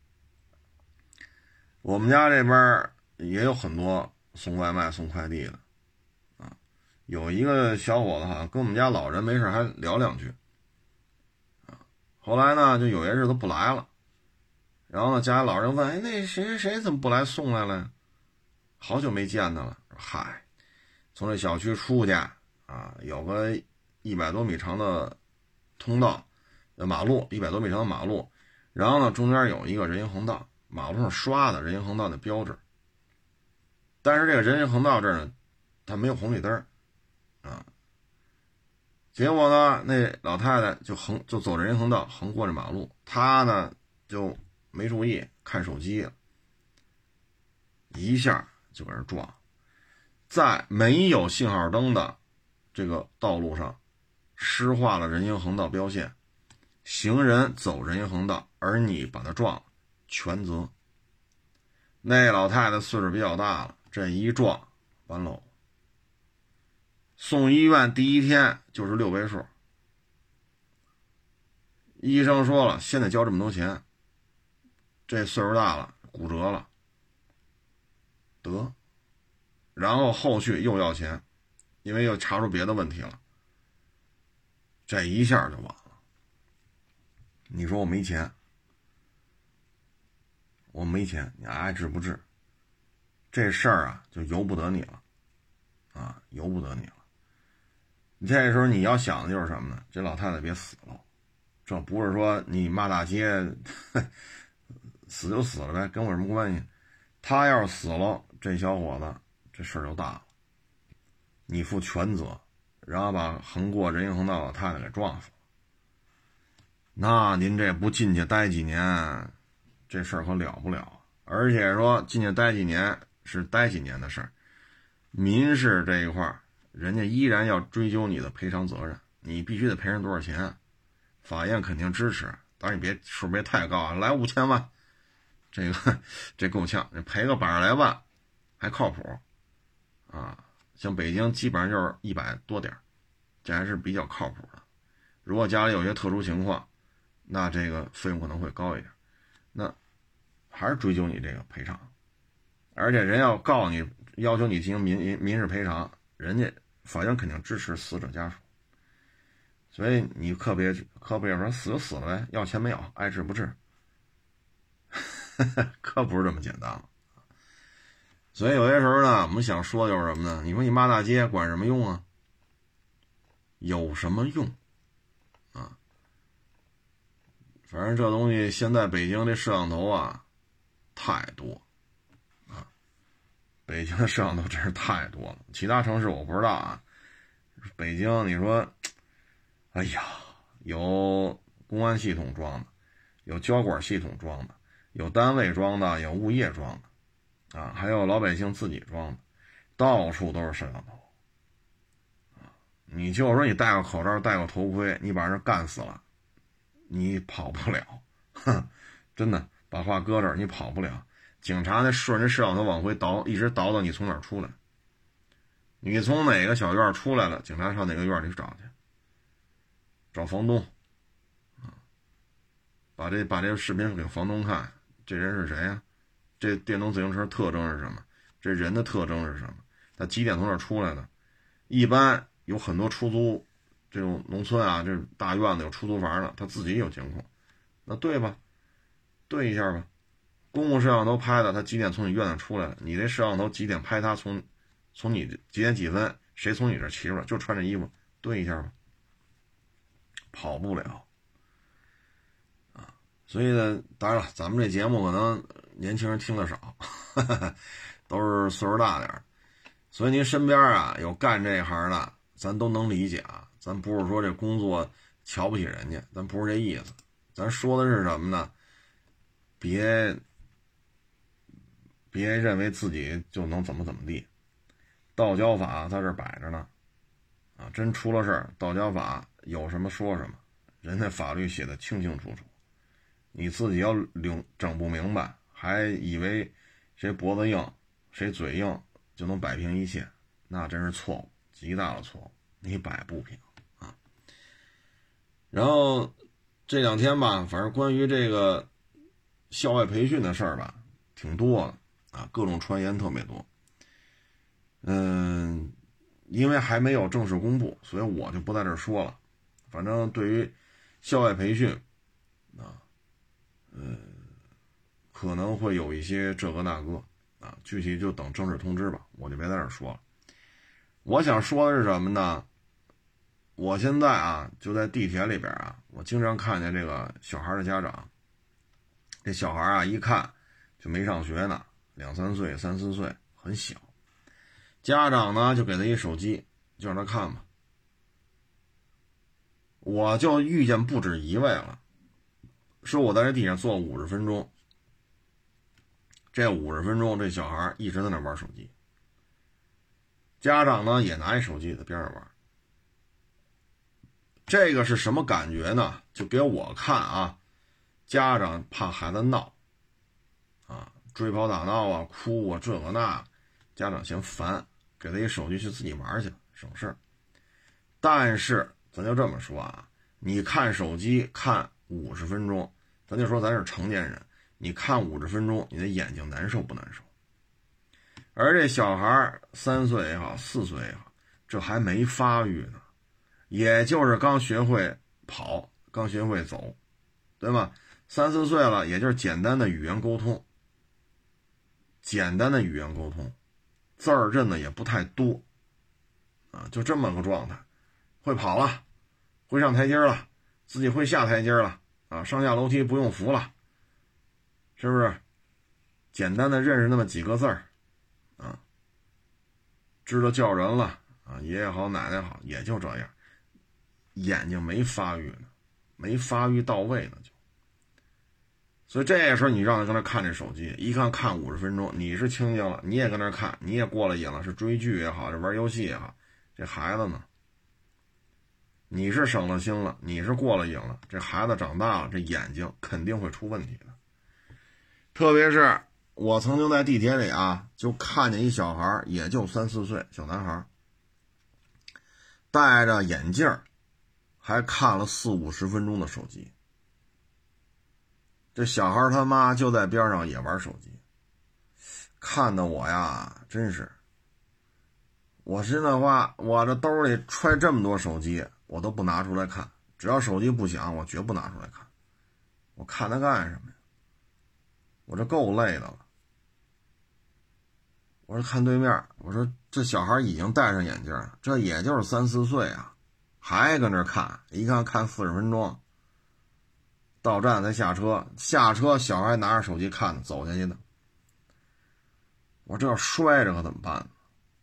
我们家这边也有很多送外卖送快递的啊，有一个小伙子好像跟我们家老人没事还聊两句啊，后来呢就有些日子不来了，然后呢家里老人问，哎，那谁谁谁怎么不来送来了，好久没见他了。嗨，从这小区出去啊，有个100多米长的通道，马路100多米长的马路，然后呢中间有一个人行横道，马路上刷的人行横道的标志，但是这个人行横道这儿呢，它没有红绿灯啊。结果呢，那老太太就走人行横道横过这马路，她呢就没注意看手机了，一下就给人撞，在没有信号灯的这个道路上施划了人行横道标线，行人走人行横道，而你把他撞了，全责。那老太太岁数比较大了，这一撞完喽，送医院第一天就是6位数，医生说了，现在交这么多钱，这岁数大了，骨折了，得，然后后续又要钱，因为又查出别的问题了，这一下就完了。你说我没钱，我没钱，你爱治不治，这事儿啊就由不得你了啊，由不得你了。你这时候你要想的就是什么呢？这老太太别死了，这不是说你骂大街死就死了呗，跟我什么关系？他要是死了，这小伙子这事儿就大了，你负全责，然后把横过人行横道老太太给撞死了，那您这不进去待几年，这事儿可了不了。而且说进去待几年是待几年的事儿，民事这一块人家依然要追究你的赔偿责任，你必须得赔人多少钱，法院肯定支持，当然你数别太高啊，来5000万，这够呛，赔个100来万还靠谱啊。像北京基本上就是100多点，这还是比较靠谱的。如果家里有些特殊情况，那这个费用可能会高一点，那还是追究你这个赔偿，而且人要告你要求你进行民事赔偿，人家法院肯定支持死者家属。所以你可别说死就死了呗，要钱没有，爱治不治，可不是这么简单了。所以有些时候呢，我们想说的就是什么呢？你说你骂大街管什么用啊？有什么用啊？反正这东西现在北京这摄像头啊太多啊，北京的摄像头真是太多了，其他城市我不知道啊。北京你说，哎呀，有公安系统装的，有交管系统装的，有单位装的，有物业装的啊，还有老百姓自己装的，到处都是摄像头啊。你就说你戴个口罩戴个头盔，你把人干死了，你跑不了，哼，真的，把话搁这儿，你跑不了。警察那顺着摄像头往回倒，一直倒到你从哪儿出来。你从哪个小院出来了，警察上哪个院里去找去，找房东啊，把这个视频给房东看，这人是谁呀？这电动自行车特征是什么？这人的特征是什么？他几点从哪儿出来的？一般有很多出租这种农村啊，这大院子有出租房的，他自己有监控，那对吧？对一下吧。公共摄像头拍的，他几点从你院子出来了？你这摄像头几点拍他从你几点几分谁从你这骑出来，就穿这衣服，对一下吧。跑不了啊。所以呢，当然了，咱们这节目可能年轻人听得少，都是岁数大点，所以您身边啊有干这一行的，咱都能理解啊。咱不是说这工作瞧不起人家，咱不是这意思。咱说的是什么呢？别认为自己就能怎么地，道交法在这摆着呢，啊，真出了事儿，道交法有什么说什么，人家法律写的清清楚楚，你自己要整不明白，还以为谁脖子硬谁嘴硬就能摆平一切，那真是错误，极大的错误，你摆不平啊。然后这两天吧，反正关于这个校外培训的事儿吧，挺多的啊，各种传言特别多。因为还没有正式公布，所以我就不在这儿说了。反正对于校外培训啊，可能会有一些这个那个啊，具体就等正式通知吧，我就别在这儿说了。我想说的是什么呢？我现在啊就在地铁里边啊，我经常看见这个小孩的家长，这小孩啊一看就没上学呢，2、3岁、3、4岁，很小。家长呢就给他一手机，就让他看吧。我就遇见不止一位了，说我在这地上坐50分钟，这50分钟这小孩一直在那玩手机，家长呢也拿一手机在边上玩。这个是什么感觉呢？就给我看啊，家长怕孩子闹啊，追跑打闹啊，哭啊，这个那，家长嫌烦，给他一手机去自己玩去，省事。但是咱就这么说啊，你看手机看50分钟，咱就说咱是成年人，你看50分钟，你的眼睛难受不难受？而这小孩3岁也好，4岁也好，这还没发育呢，也就是刚学会跑，刚学会走，对吧？3、4岁了，也就是简单的语言沟通，字儿认的也不太多啊，就这么个状态。会跑了，会上台阶了，自己会下台阶了啊，上下楼梯不用扶了，是不是？简单的认识那么几个字儿啊，知道叫人了啊，爷爷好奶奶好，也就这样。眼睛没发育呢，没发育到位呢就。所以这时候你让他跟那看这手机，一看50分钟，你是清静了，你也跟那看，你也过了瘾了，是追剧也好，是玩游戏也好，这孩子呢？你是省了心了，你是过了瘾了，这孩子长大了，这眼睛肯定会出问题的。特别是我曾经在地铁里啊，就看见一小孩，也就3、4岁小男孩，戴着眼镜，还看了40、50分钟的手机。这小孩他妈就在边上也玩手机，看得我呀真是我现在话，我这兜里揣这么多手机，我都不拿出来看，只要手机不响，我绝不拿出来看。我看它干什么呀？我这够累的了。我说看对面，我说这小孩已经戴上眼镜了，这也就是3、4岁啊，还搁那看，一看看40分钟，到站才下车，下车小孩拿着手机看走下去的。我这要摔着可怎么办呢？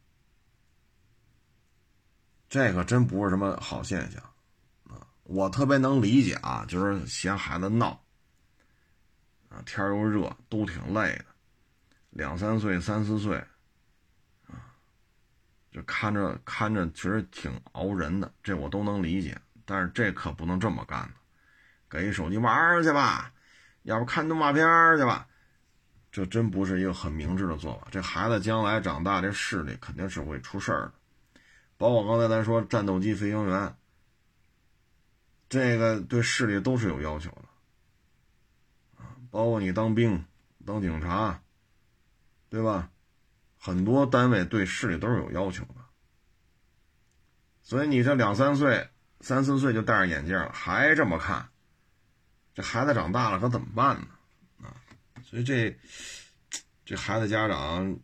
这个真不是什么好现象啊！我特别能理解啊，就是嫌孩子闹啊，天又热，都挺累的，2、3岁、3、4岁啊，就看着其实挺熬人的，这我都能理解。但是这可不能这么干的，给手机玩去吧，要不看动画片去吧，这真不是一个很明智的做法。这孩子将来长大，这视力肯定是会出事儿的。包括刚才咱说战斗机飞行员，这个对视力都是有要求的啊。包括你当兵、当警察，对吧？很多单位对视力都是有要求的。所以你这2、3岁、3、4岁就戴上眼镜了，还这么看，这孩子长大了可怎么办呢？啊，所以这孩子家长，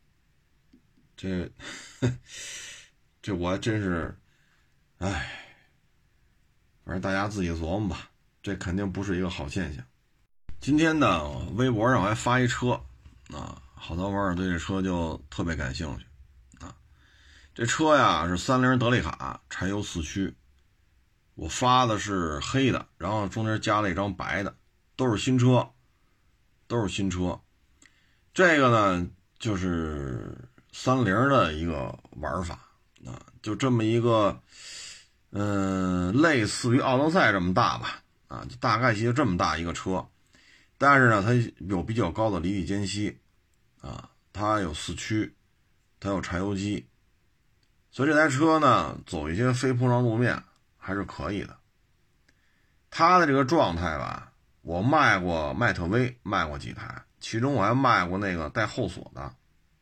这我真是，唉，反正大家自己琢磨吧，这肯定不是一个好现象。今天呢，微博上我还发一车啊，好多网友对这车就特别感兴趣啊。这车呀是30德利卡柴油4驱，我发的是黑的，然后中间加了一张白的，都是新车，都是新车。这个呢就是30的一个玩法啊，就这么一个，类似于奥德赛这么大吧，啊，就大概其实这么大一个车，但是呢，它有比较高的离地间隙，啊，它有4驱，它有柴油机，所以这台车呢，走一些非铺装路面还是可以的。它的这个状态吧，我卖过迈特威，卖过几台，其中我还卖过那个带后锁的。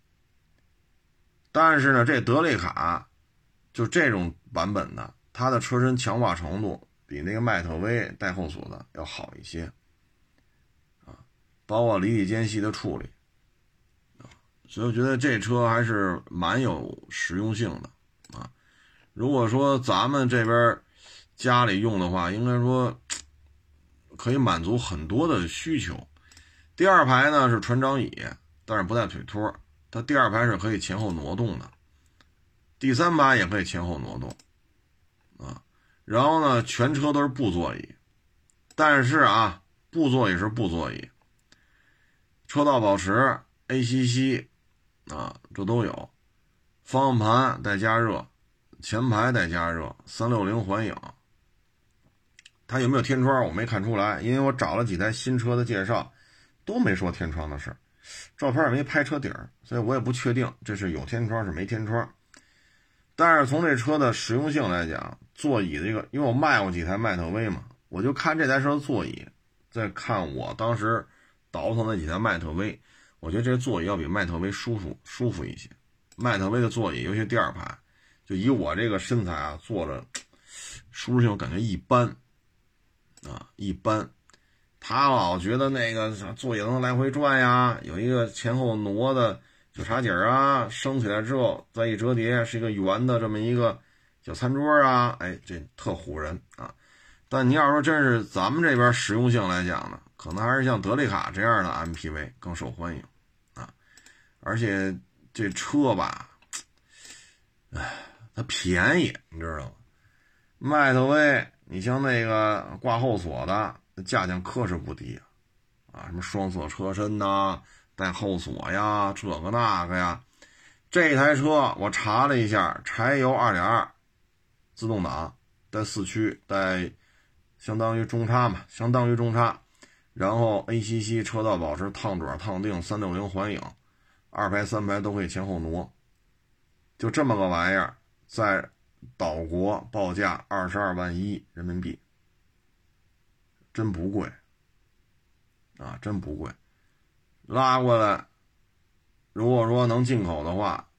但是呢，这德利卡就这种版本的，它的车身强化程度比那个迈特威带后锁的要好一些啊，包括离地间隙的处理啊，所以我觉得这车还是蛮有实用性的啊。如果说咱们这边家里用的话，应该说可以满足很多的需求。第二排呢是船长椅，但是不带腿托，它第二排是可以前后挪动的，第3排也可以前后挪动啊。然后呢，全车都是布座椅，但是啊，布座椅是布座椅，车道保持、ACC 啊，这都有，方向盘带加热，前排带加热，360环影。它有没有天窗我没看出来，因为我找了几台新车的介绍都没说天窗的事，照片也没拍车底儿，所以我也不确定这是有天窗是没天窗。但是从这车的实用性来讲，座椅这个，因为我卖过几台迈特威嘛，我就看这台车的座椅，再看我当时倒腾那几台迈特威，我觉得这座椅要比迈特威舒服一些。迈特威的座椅，尤其第二排，就以我这个身材啊，坐着舒适性我感觉一般啊，一般。他老觉得那个座椅能来回转呀，有一个前后挪的小茶几啊，升起来之后再一折叠是一个圆的这么一个小餐桌啊，哎，这特唬人啊。但你要说真是咱们这边实用性来讲呢，可能还是像德利卡这样的 MPV 更受欢迎啊。而且这车吧，哎，它便宜，你知道吗？迈特威，你像那个挂后锁的，价钱可是不低啊，什么双色车身呐，带后锁呀，这个那个呀。这台车我查了一下，柴油2.2，自动挡，带4驱，带相当于中差嘛，相当于中差。然后 ACC 车道保持、烫转、烫定、360环影，2排3排都可以前后挪。就这么个玩意儿，在岛国报价22万1人民币，真不贵啊，真不贵。拉过来，如果说能进口的话，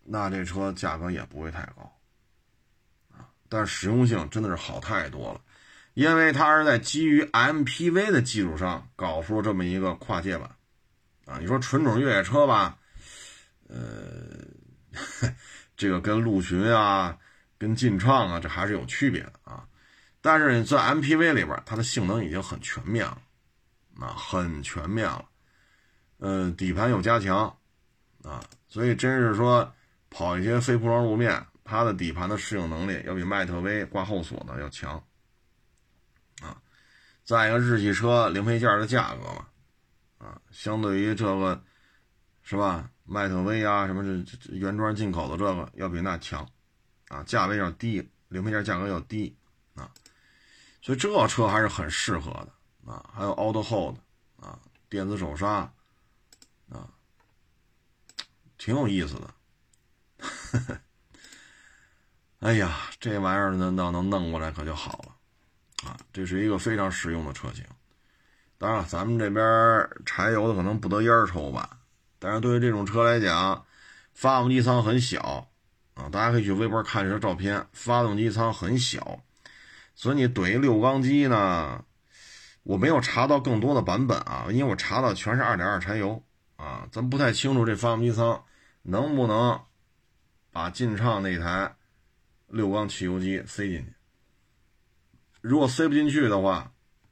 那这车价格也不会太高啊，但是实用性真的是好太多了，因为它是在基于 MPV 的基础上搞出这么一个跨界版啊。你说纯种越野车吧，这个跟陆巡啊、跟劲畅啊，这还是有区别的啊。但是在 MPV 里边，它的性能已经很全面了，啊，很全面了。底盘有加强啊，所以真是说跑一些非铺装路面，它的底盘的适应能力要比迈特威挂后锁的要强啊。再一个，日系车零配件的价格嘛，啊，相对于这个是吧，迈特威啊什么这原装进口的这个要比那强啊，价位要低，零配件价格要低啊，所以这车还是很适合的啊。还有 Auto Hold 啊，电子手刹啊，挺有意思的。哎呀，这玩意儿呢，要能弄过来可就好了啊！这是一个非常实用的车型。当然了，咱们这边柴油的可能不得烟抽吧，但是对于这种车来讲，发动机舱很小啊，大家可以去微博看这张照片，发动机舱很小，所以你怼6缸机呢，我没有查到更多的版本啊，因为我查到全是 2.2 柴油啊，咱不太清楚这发动机舱能不能把劲畅那台6缸汽油机塞进去。如果塞不进去的话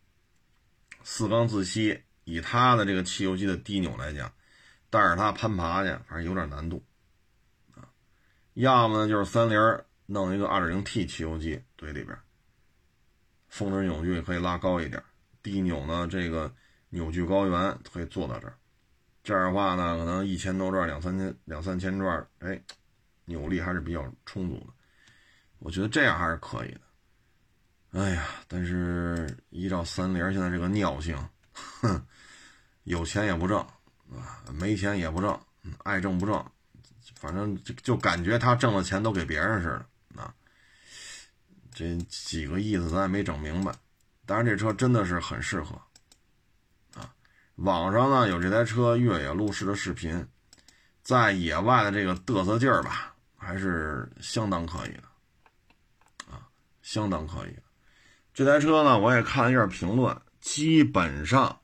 ，4缸自吸以它的这个汽油机的低扭来讲，带着它攀爬去反正有点难度啊。要么呢就是30弄一个 2.0T 汽油机怼里边，峰值扭矩可以拉高一点，低扭呢这个扭矩高原可以做到这儿，这样的话呢可能1000多转两三千转，哎，扭力还是比较充足的，我觉得这样还是可以的。哎呀，但是依照30现在这个尿性，哼，有钱也不挣啊，没钱也不挣，爱挣不挣，反正就感觉他挣的钱都给别人似的啊。这几个意思咱也没整明白，当然这车真的是很适合啊。网上呢有这台车越野路试的视频，在野外的这个嘚瑟劲儿吧，还是相当可以的啊，相当可以的。这台车呢，我也看了一下评论，基本上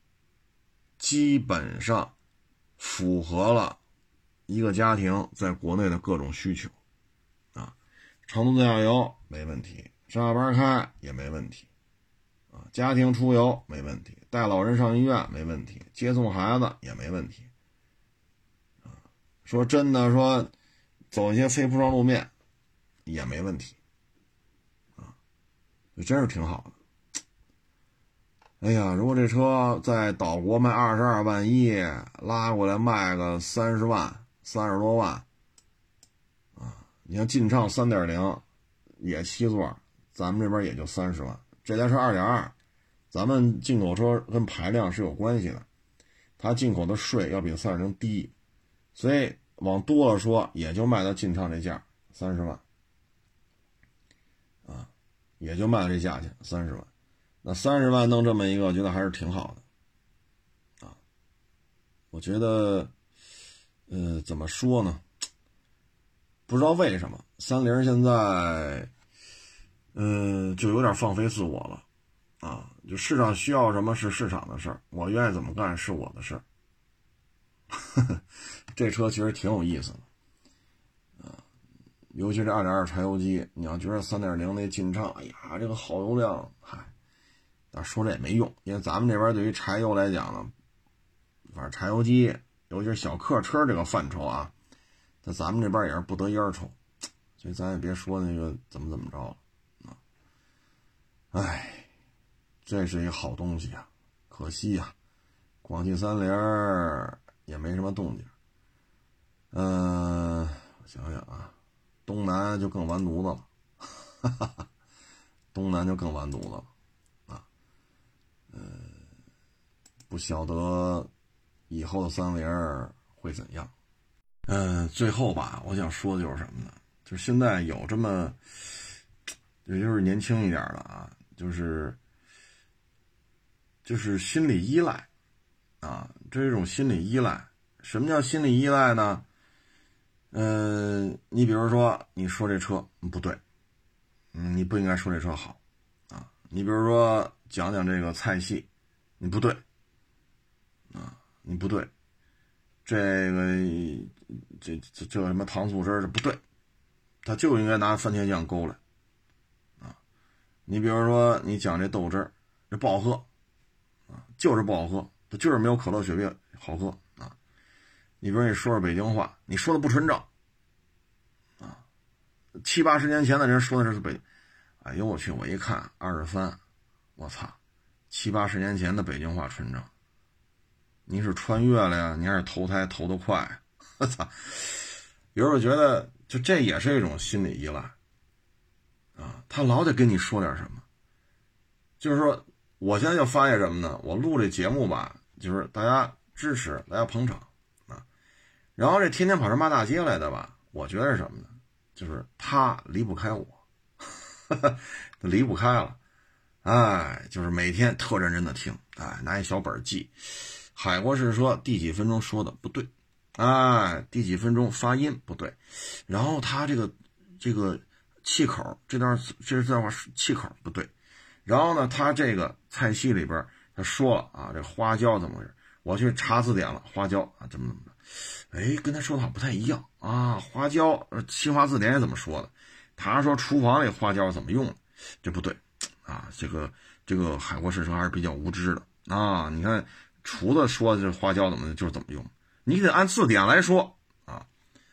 符合了一个家庭在国内的各种需求啊，长途自驾游没问题，上下班开也没问题啊，家庭出游没问题，带老人上医院没问题，接送孩子也没问题啊。说真的，说走一些非铺装路面也没问题。真是挺好的。哎呀，如果这车在岛国卖22万1，拉过来卖个30万、30多万啊！你像劲畅 3.0 也7座，咱们这边也就30万。这台车 2.2， 咱们进口车跟排量是有关系的，它进口的税要比 3.0 低，所以往多了说也就卖到劲畅这价30万。也就卖这价钱30万，那30万弄这么一个，我觉得还是挺好的啊。我觉得，怎么说呢？不知道为什么30现在，就有点放飞自我了啊。就市场需要什么是市场的事儿，我愿意怎么干是我的事儿。这车其实挺有意思的。尤其是2.2柴油机，你要觉得3.0那劲畅，哎呀，这个耗油量，嗨，但说这也没用，因为咱们这边对于柴油来讲呢，反正柴油机，尤其是小客车这个范畴啊，在咱们这边也是不得烟抽，所以咱也别说那个怎么着了啊。哎，这是一个好东西啊，可惜啊，广汽30也没什么动静。我想想啊。东南就更完犊子了，东南就更完犊子了啊！不晓得以后的30会怎样。最后吧，我想说的就是什么呢？就是现在有这么，也就是年轻一点的啊，就是心理依赖啊，这是一种心理依赖。什么叫心理依赖呢？ 你比如说你说这车不对，你不应该说这车好啊。你比如说讲讲这个菜系，你不对啊，你不对，这个这什么糖醋汁这不对，他就应该拿番茄酱勾来啊。你比如说你讲这豆汁儿，这不好喝啊，就是不好喝，它就是没有可乐雪碧好喝啊。你比如你说说北京话，你说的不纯正啊，70、80年前的人说的是北，哎呦我去，我一看23，我操，70、80年前的北京话纯正，你是穿越了呀，你还是投胎投得快？我操！有时候觉得就这也是一种心理依赖啊，他老得跟你说点什么，就是说我现在就发现什么呢？我录这节目吧，就是大家支持，大家捧场啊。然后这天天跑这骂大街来的吧，我觉得是什么呢？就是他离不开我，离不开了。哎，就是每天特认真的听，哎，拿一小本记，海国试车第几分钟说的不对，哎，第几分钟发音不对，然后他这个气口这段话气口不对，然后呢，他这个菜系里边他说了啊，这花椒怎么回事？我去查字典了，花椒啊怎么的，哎，跟他说的好不太一样啊，花椒新华字典也怎么说的？他说厨房里花椒怎么用的？这不对。啊，这个海国试车还是比较无知的啊！你看厨子说这花椒怎么就是怎么用，你得按字典来说啊。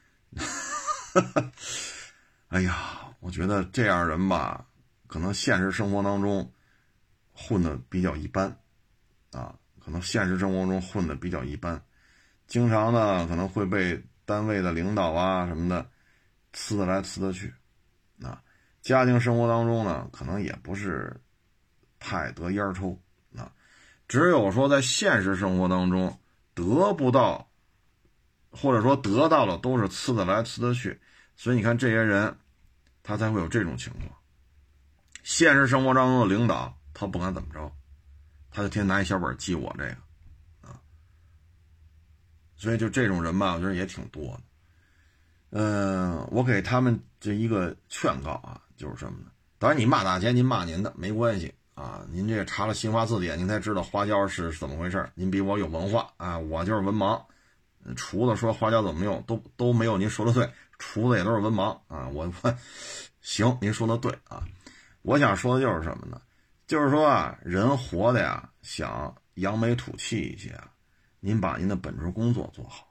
哎呀，我觉得这样人吧，可能现实生活当中混得比较一般啊，可能现实生活中混得比较一般，经常呢可能会被单位的领导啊什么的呲得来呲得去啊。家庭生活当中呢，可能也不是太得烟抽啊，只有说在现实生活当中得不到，或者说得到了都是呲得来呲得去，所以你看这些人，他才会有这种情况。现实生活当中的领导，他不敢怎么着，他就天天拿一小本记我这个啊，所以就这种人吧，我觉得也挺多的。我给他们这一个劝告啊，就是什么呢？当然你骂大街，您骂您的没关系啊。您这个查了新华字典，您才知道花椒是怎么回事。您比我有文化啊，我就是文盲。厨子说花椒怎么用，都没有您说的对。厨子也都是文盲啊。我行，您说的对啊。我想说的就是什么呢？就是说啊，人活的呀，想扬眉吐气一些啊，您把您的本职工作做好。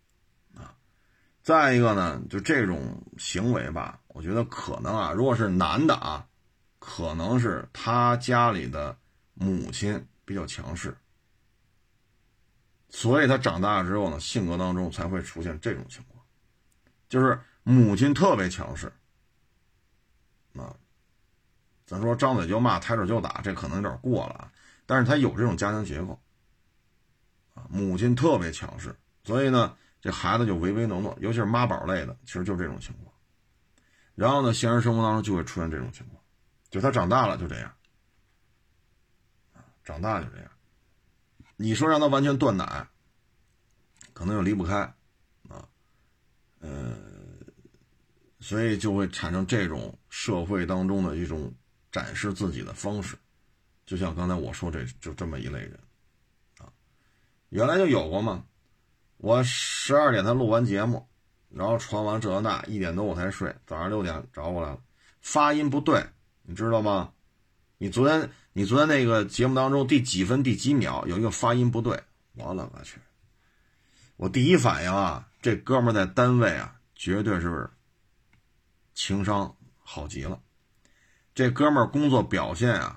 再一个呢，就这种行为吧，我觉得可能啊，如果是男的啊，可能是他家里的母亲比较强势，所以他长大之后呢，性格当中才会出现这种情况，就是母亲特别强势啊。咱说张嘴就骂，抬手就打，这可能有点过了啊，但是他有这种家庭结构啊，母亲特别强势，所以呢，这孩子就唯唯诺诺，尤其是妈宝类的，其实就这种情况。然后呢，现实生活当中就会出现这种情况，就他长大了就这样，长大就这样。你说让他完全断奶，可能又离不开啊，所以就会产生这种社会当中的一种展示自己的方式。就像刚才我说就这么一类人啊，原来就有过嘛。我12点才录完节目，然后传完这那1点多我才睡，早上6点找过来了，发音不对，你知道吗？你昨天那个节目当中第几分第几秒有一个发音不对，我勒个去！我第一反应啊，这哥们在单位啊绝对是情商好极了，这哥们工作表现啊，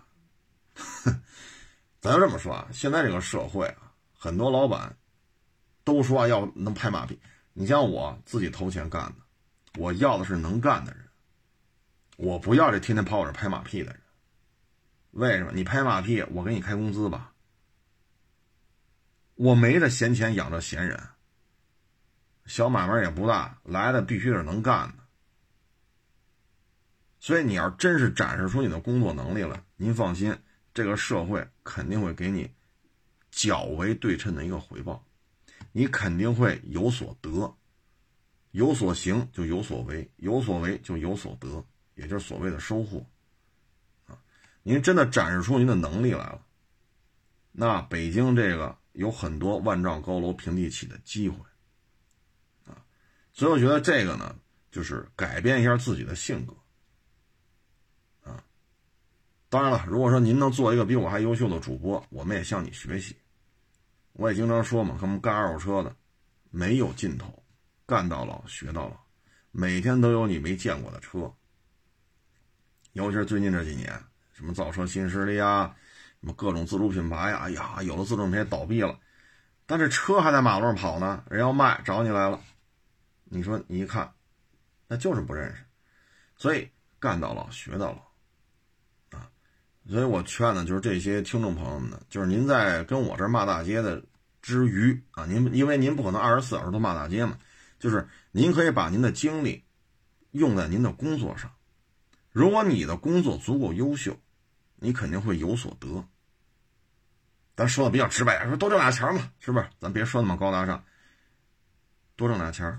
咱就这么说啊，现在这个社会啊，很多老板都说要能拍马屁，你像我自己投钱干的，我要的是能干的人，我不要这天天跑我这拍马屁的人。为什么？你拍马屁，我给你开工资吧，我没这闲钱养着闲人，小买卖也不大，来的必须是能干的。所以你要真是展示出你的工作能力了，您放心，这个社会肯定会给你较为对称的一个回报，你肯定会有所得。 有所行就有所为，有所为就有所得，也就是所谓的收获啊。您真的展示出您的能力来了，那北京这个有很多万丈高楼平地起的机会啊。所以我觉得这个呢，就是改变一下自己的性格啊。当然了，如果说您能做一个比我还优秀的主播，我们也向你学习。我也经常说嘛，跟我们干二手车的没有尽头，干到老学到老，每天都有你没见过的车。尤其是最近这几年，什么造车新势力啊，什么各种自主品牌呀，哎呀，有的自主品牌倒闭了，但这车还在马路上跑呢，人要卖找你来了，你说你一看，那就是不认识。所以干到老学到老啊。所以我劝的就是这些听众朋友们呢，就是您在跟我这骂大街的之余啊，因为您不可能24小时都骂大街嘛，就是您可以把您的精力用在您的工作上。如果你的工作足够优秀，你肯定会有所得。咱说的比较直白，说多挣俩钱嘛，是不是？咱别说那么高大上，多挣俩钱。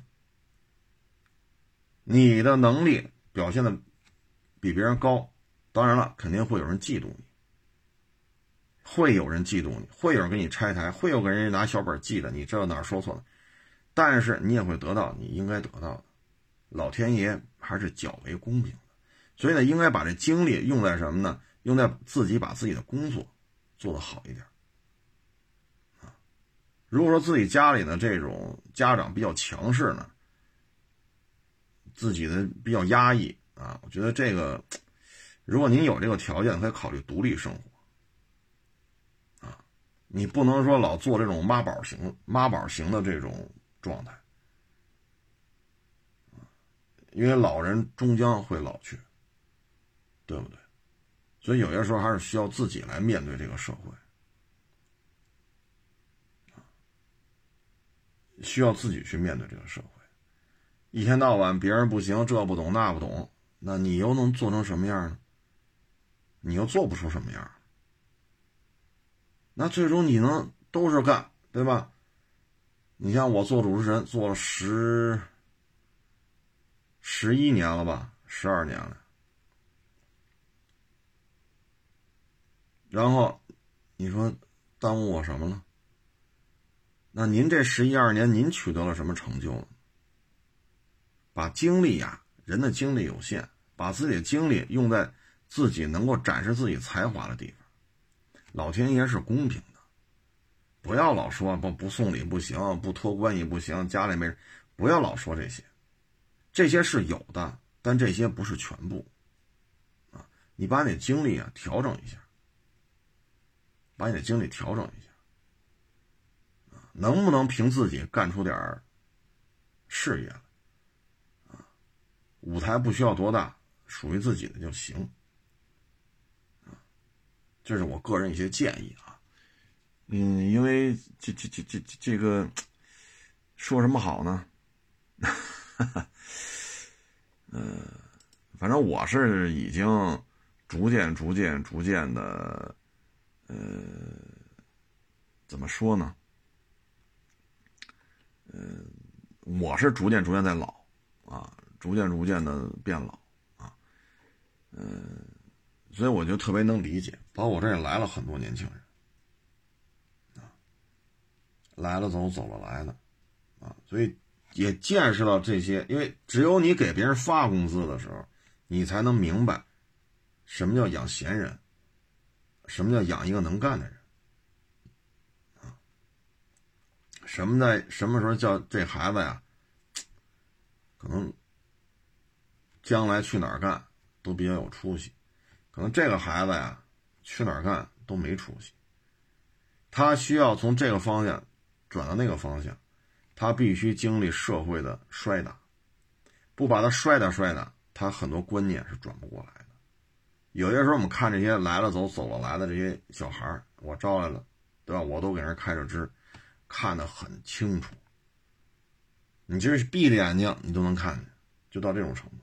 你的能力表现的比别人高，当然了，肯定会有人嫉妒你，会有人嫉妒你，会有人给你拆台，会有个人拿小本记的，你知道哪儿说错了，但是你也会得到你应该得到的。老天爷还是较为公平的，所以呢，应该把这精力用在什么呢？用在自己把自己的工作做得好一点啊。如果说自己家里的这种家长比较强势呢，自己的比较压抑啊，我觉得这个，如果您有这个条件，可以考虑独立生活啊。你不能说老做这种妈宝型的这种状态，因为老人终将会老去，对不对？所以有些时候还是需要自己来面对这个社会，需要自己去面对这个社会。一天到晚别人不行，这不懂那不懂，那你又能做成什么样呢？你又做不出什么样，那最终你能都是干，对吧？你像我做主持人做了11年了吧，12年了，然后你说耽误我什么了？那您这11、12年您取得了什么成就呢？把精力呀，人的精力有限，把自己的精力用在自己能够展示自己才华的地方。老天爷是公平的，不要老说不送礼不行，不托关系不行，家里没人，不要老说这些，这些是有的，但这些不是全部啊。你把你的精力啊调整一下，把你的精力调整一下啊，能不能凭自己干出点事业来？舞台不需要多大，属于自己的就行，这是我个人一些建议啊。因为这个说什么好呢？反正我是已经逐渐的，怎么说呢？我是逐渐在老啊。逐渐的变老啊，所以我就特别能理解，包括我这也来了很多年轻人啊，来了走，走了来的啊，所以也见识到这些，因为只有你给别人发工资的时候，你才能明白什么叫养闲人，什么叫养一个能干的人啊，什么时候叫这孩子呀，可能将来去哪儿干都比较有出息，可能这个孩子呀去哪儿干都没出息，他需要从这个方向转到那个方向，他必须经历社会的摔打，不把他摔打，他很多观念是转不过来的。有些时候我们看这些来了走，走了来的这些小孩，我招来了，对吧？我都给人开着支，看得很清楚，你就是闭着眼睛你都能看见，就到这种程度。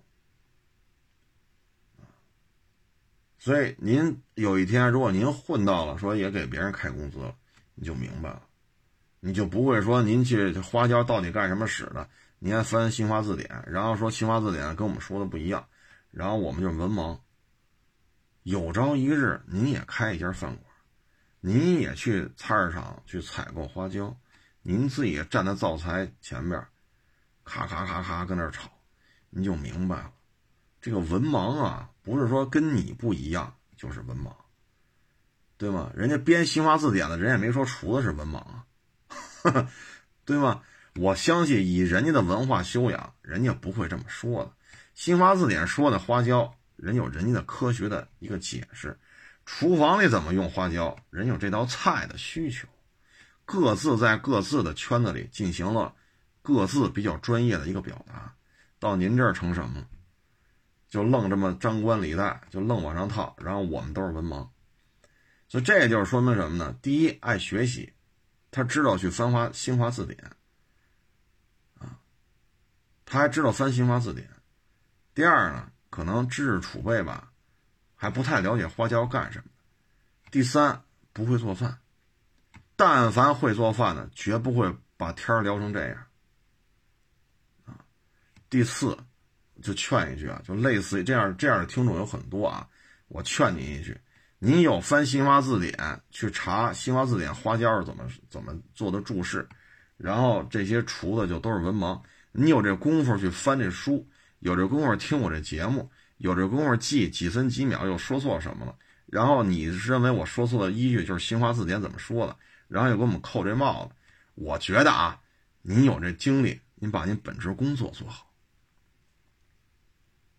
所以您有一天如果您混到了说也给别人开工资了，你就明白了，你就不会说您去花销到底干什么使的， 您还翻新华字典，然后说新华字典跟我们说的不一样，然后我们就是文盲。有朝一日您也开一家饭馆，您也去菜市场去采购花椒，您自己也站在灶台前边咔咔咔咔跟那炒，您就明白了，这个文盲啊，不是说跟你不一样就是文盲，对吗？人家编新华字典的人也没说厨子是文盲啊，对吗？我相信以人家的文化修养，人家不会这么说的。新华字典说的花椒，人有人家的科学的一个解释，厨房里怎么用花椒，人有这道菜的需求，各自在各自的圈子里进行了各自比较专业的一个表达。到您这儿成什么？就愣这么张冠李戴，就愣往上套，然后我们都是文盲。所以这也就是说明什么呢？第一，爱学习，他知道去翻新华字典啊，他还知道翻新华字典。第二呢，可能知识储备吧，还不太了解花椒干什么。第三，不会做饭，但凡会做饭的，绝不会把天聊成这样啊。第四，就劝一句啊，就类似于这样的听众有很多啊，我劝您一句，您有翻新华字典去查新华字典花椒是怎么做的注释，然后这些厨子就都是文盲。你有这功夫去翻这书，有这功夫听我这节目，有这功夫记几分几秒又说错什么了，然后你认为我说错的依据就是新华字典怎么说的，然后又给我们扣这帽子。我觉得啊，您有这精力，您把您本职工作做好。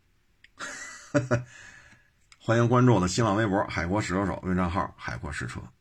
欢迎关注我的新浪微博海阔试车手微账号海阔试车。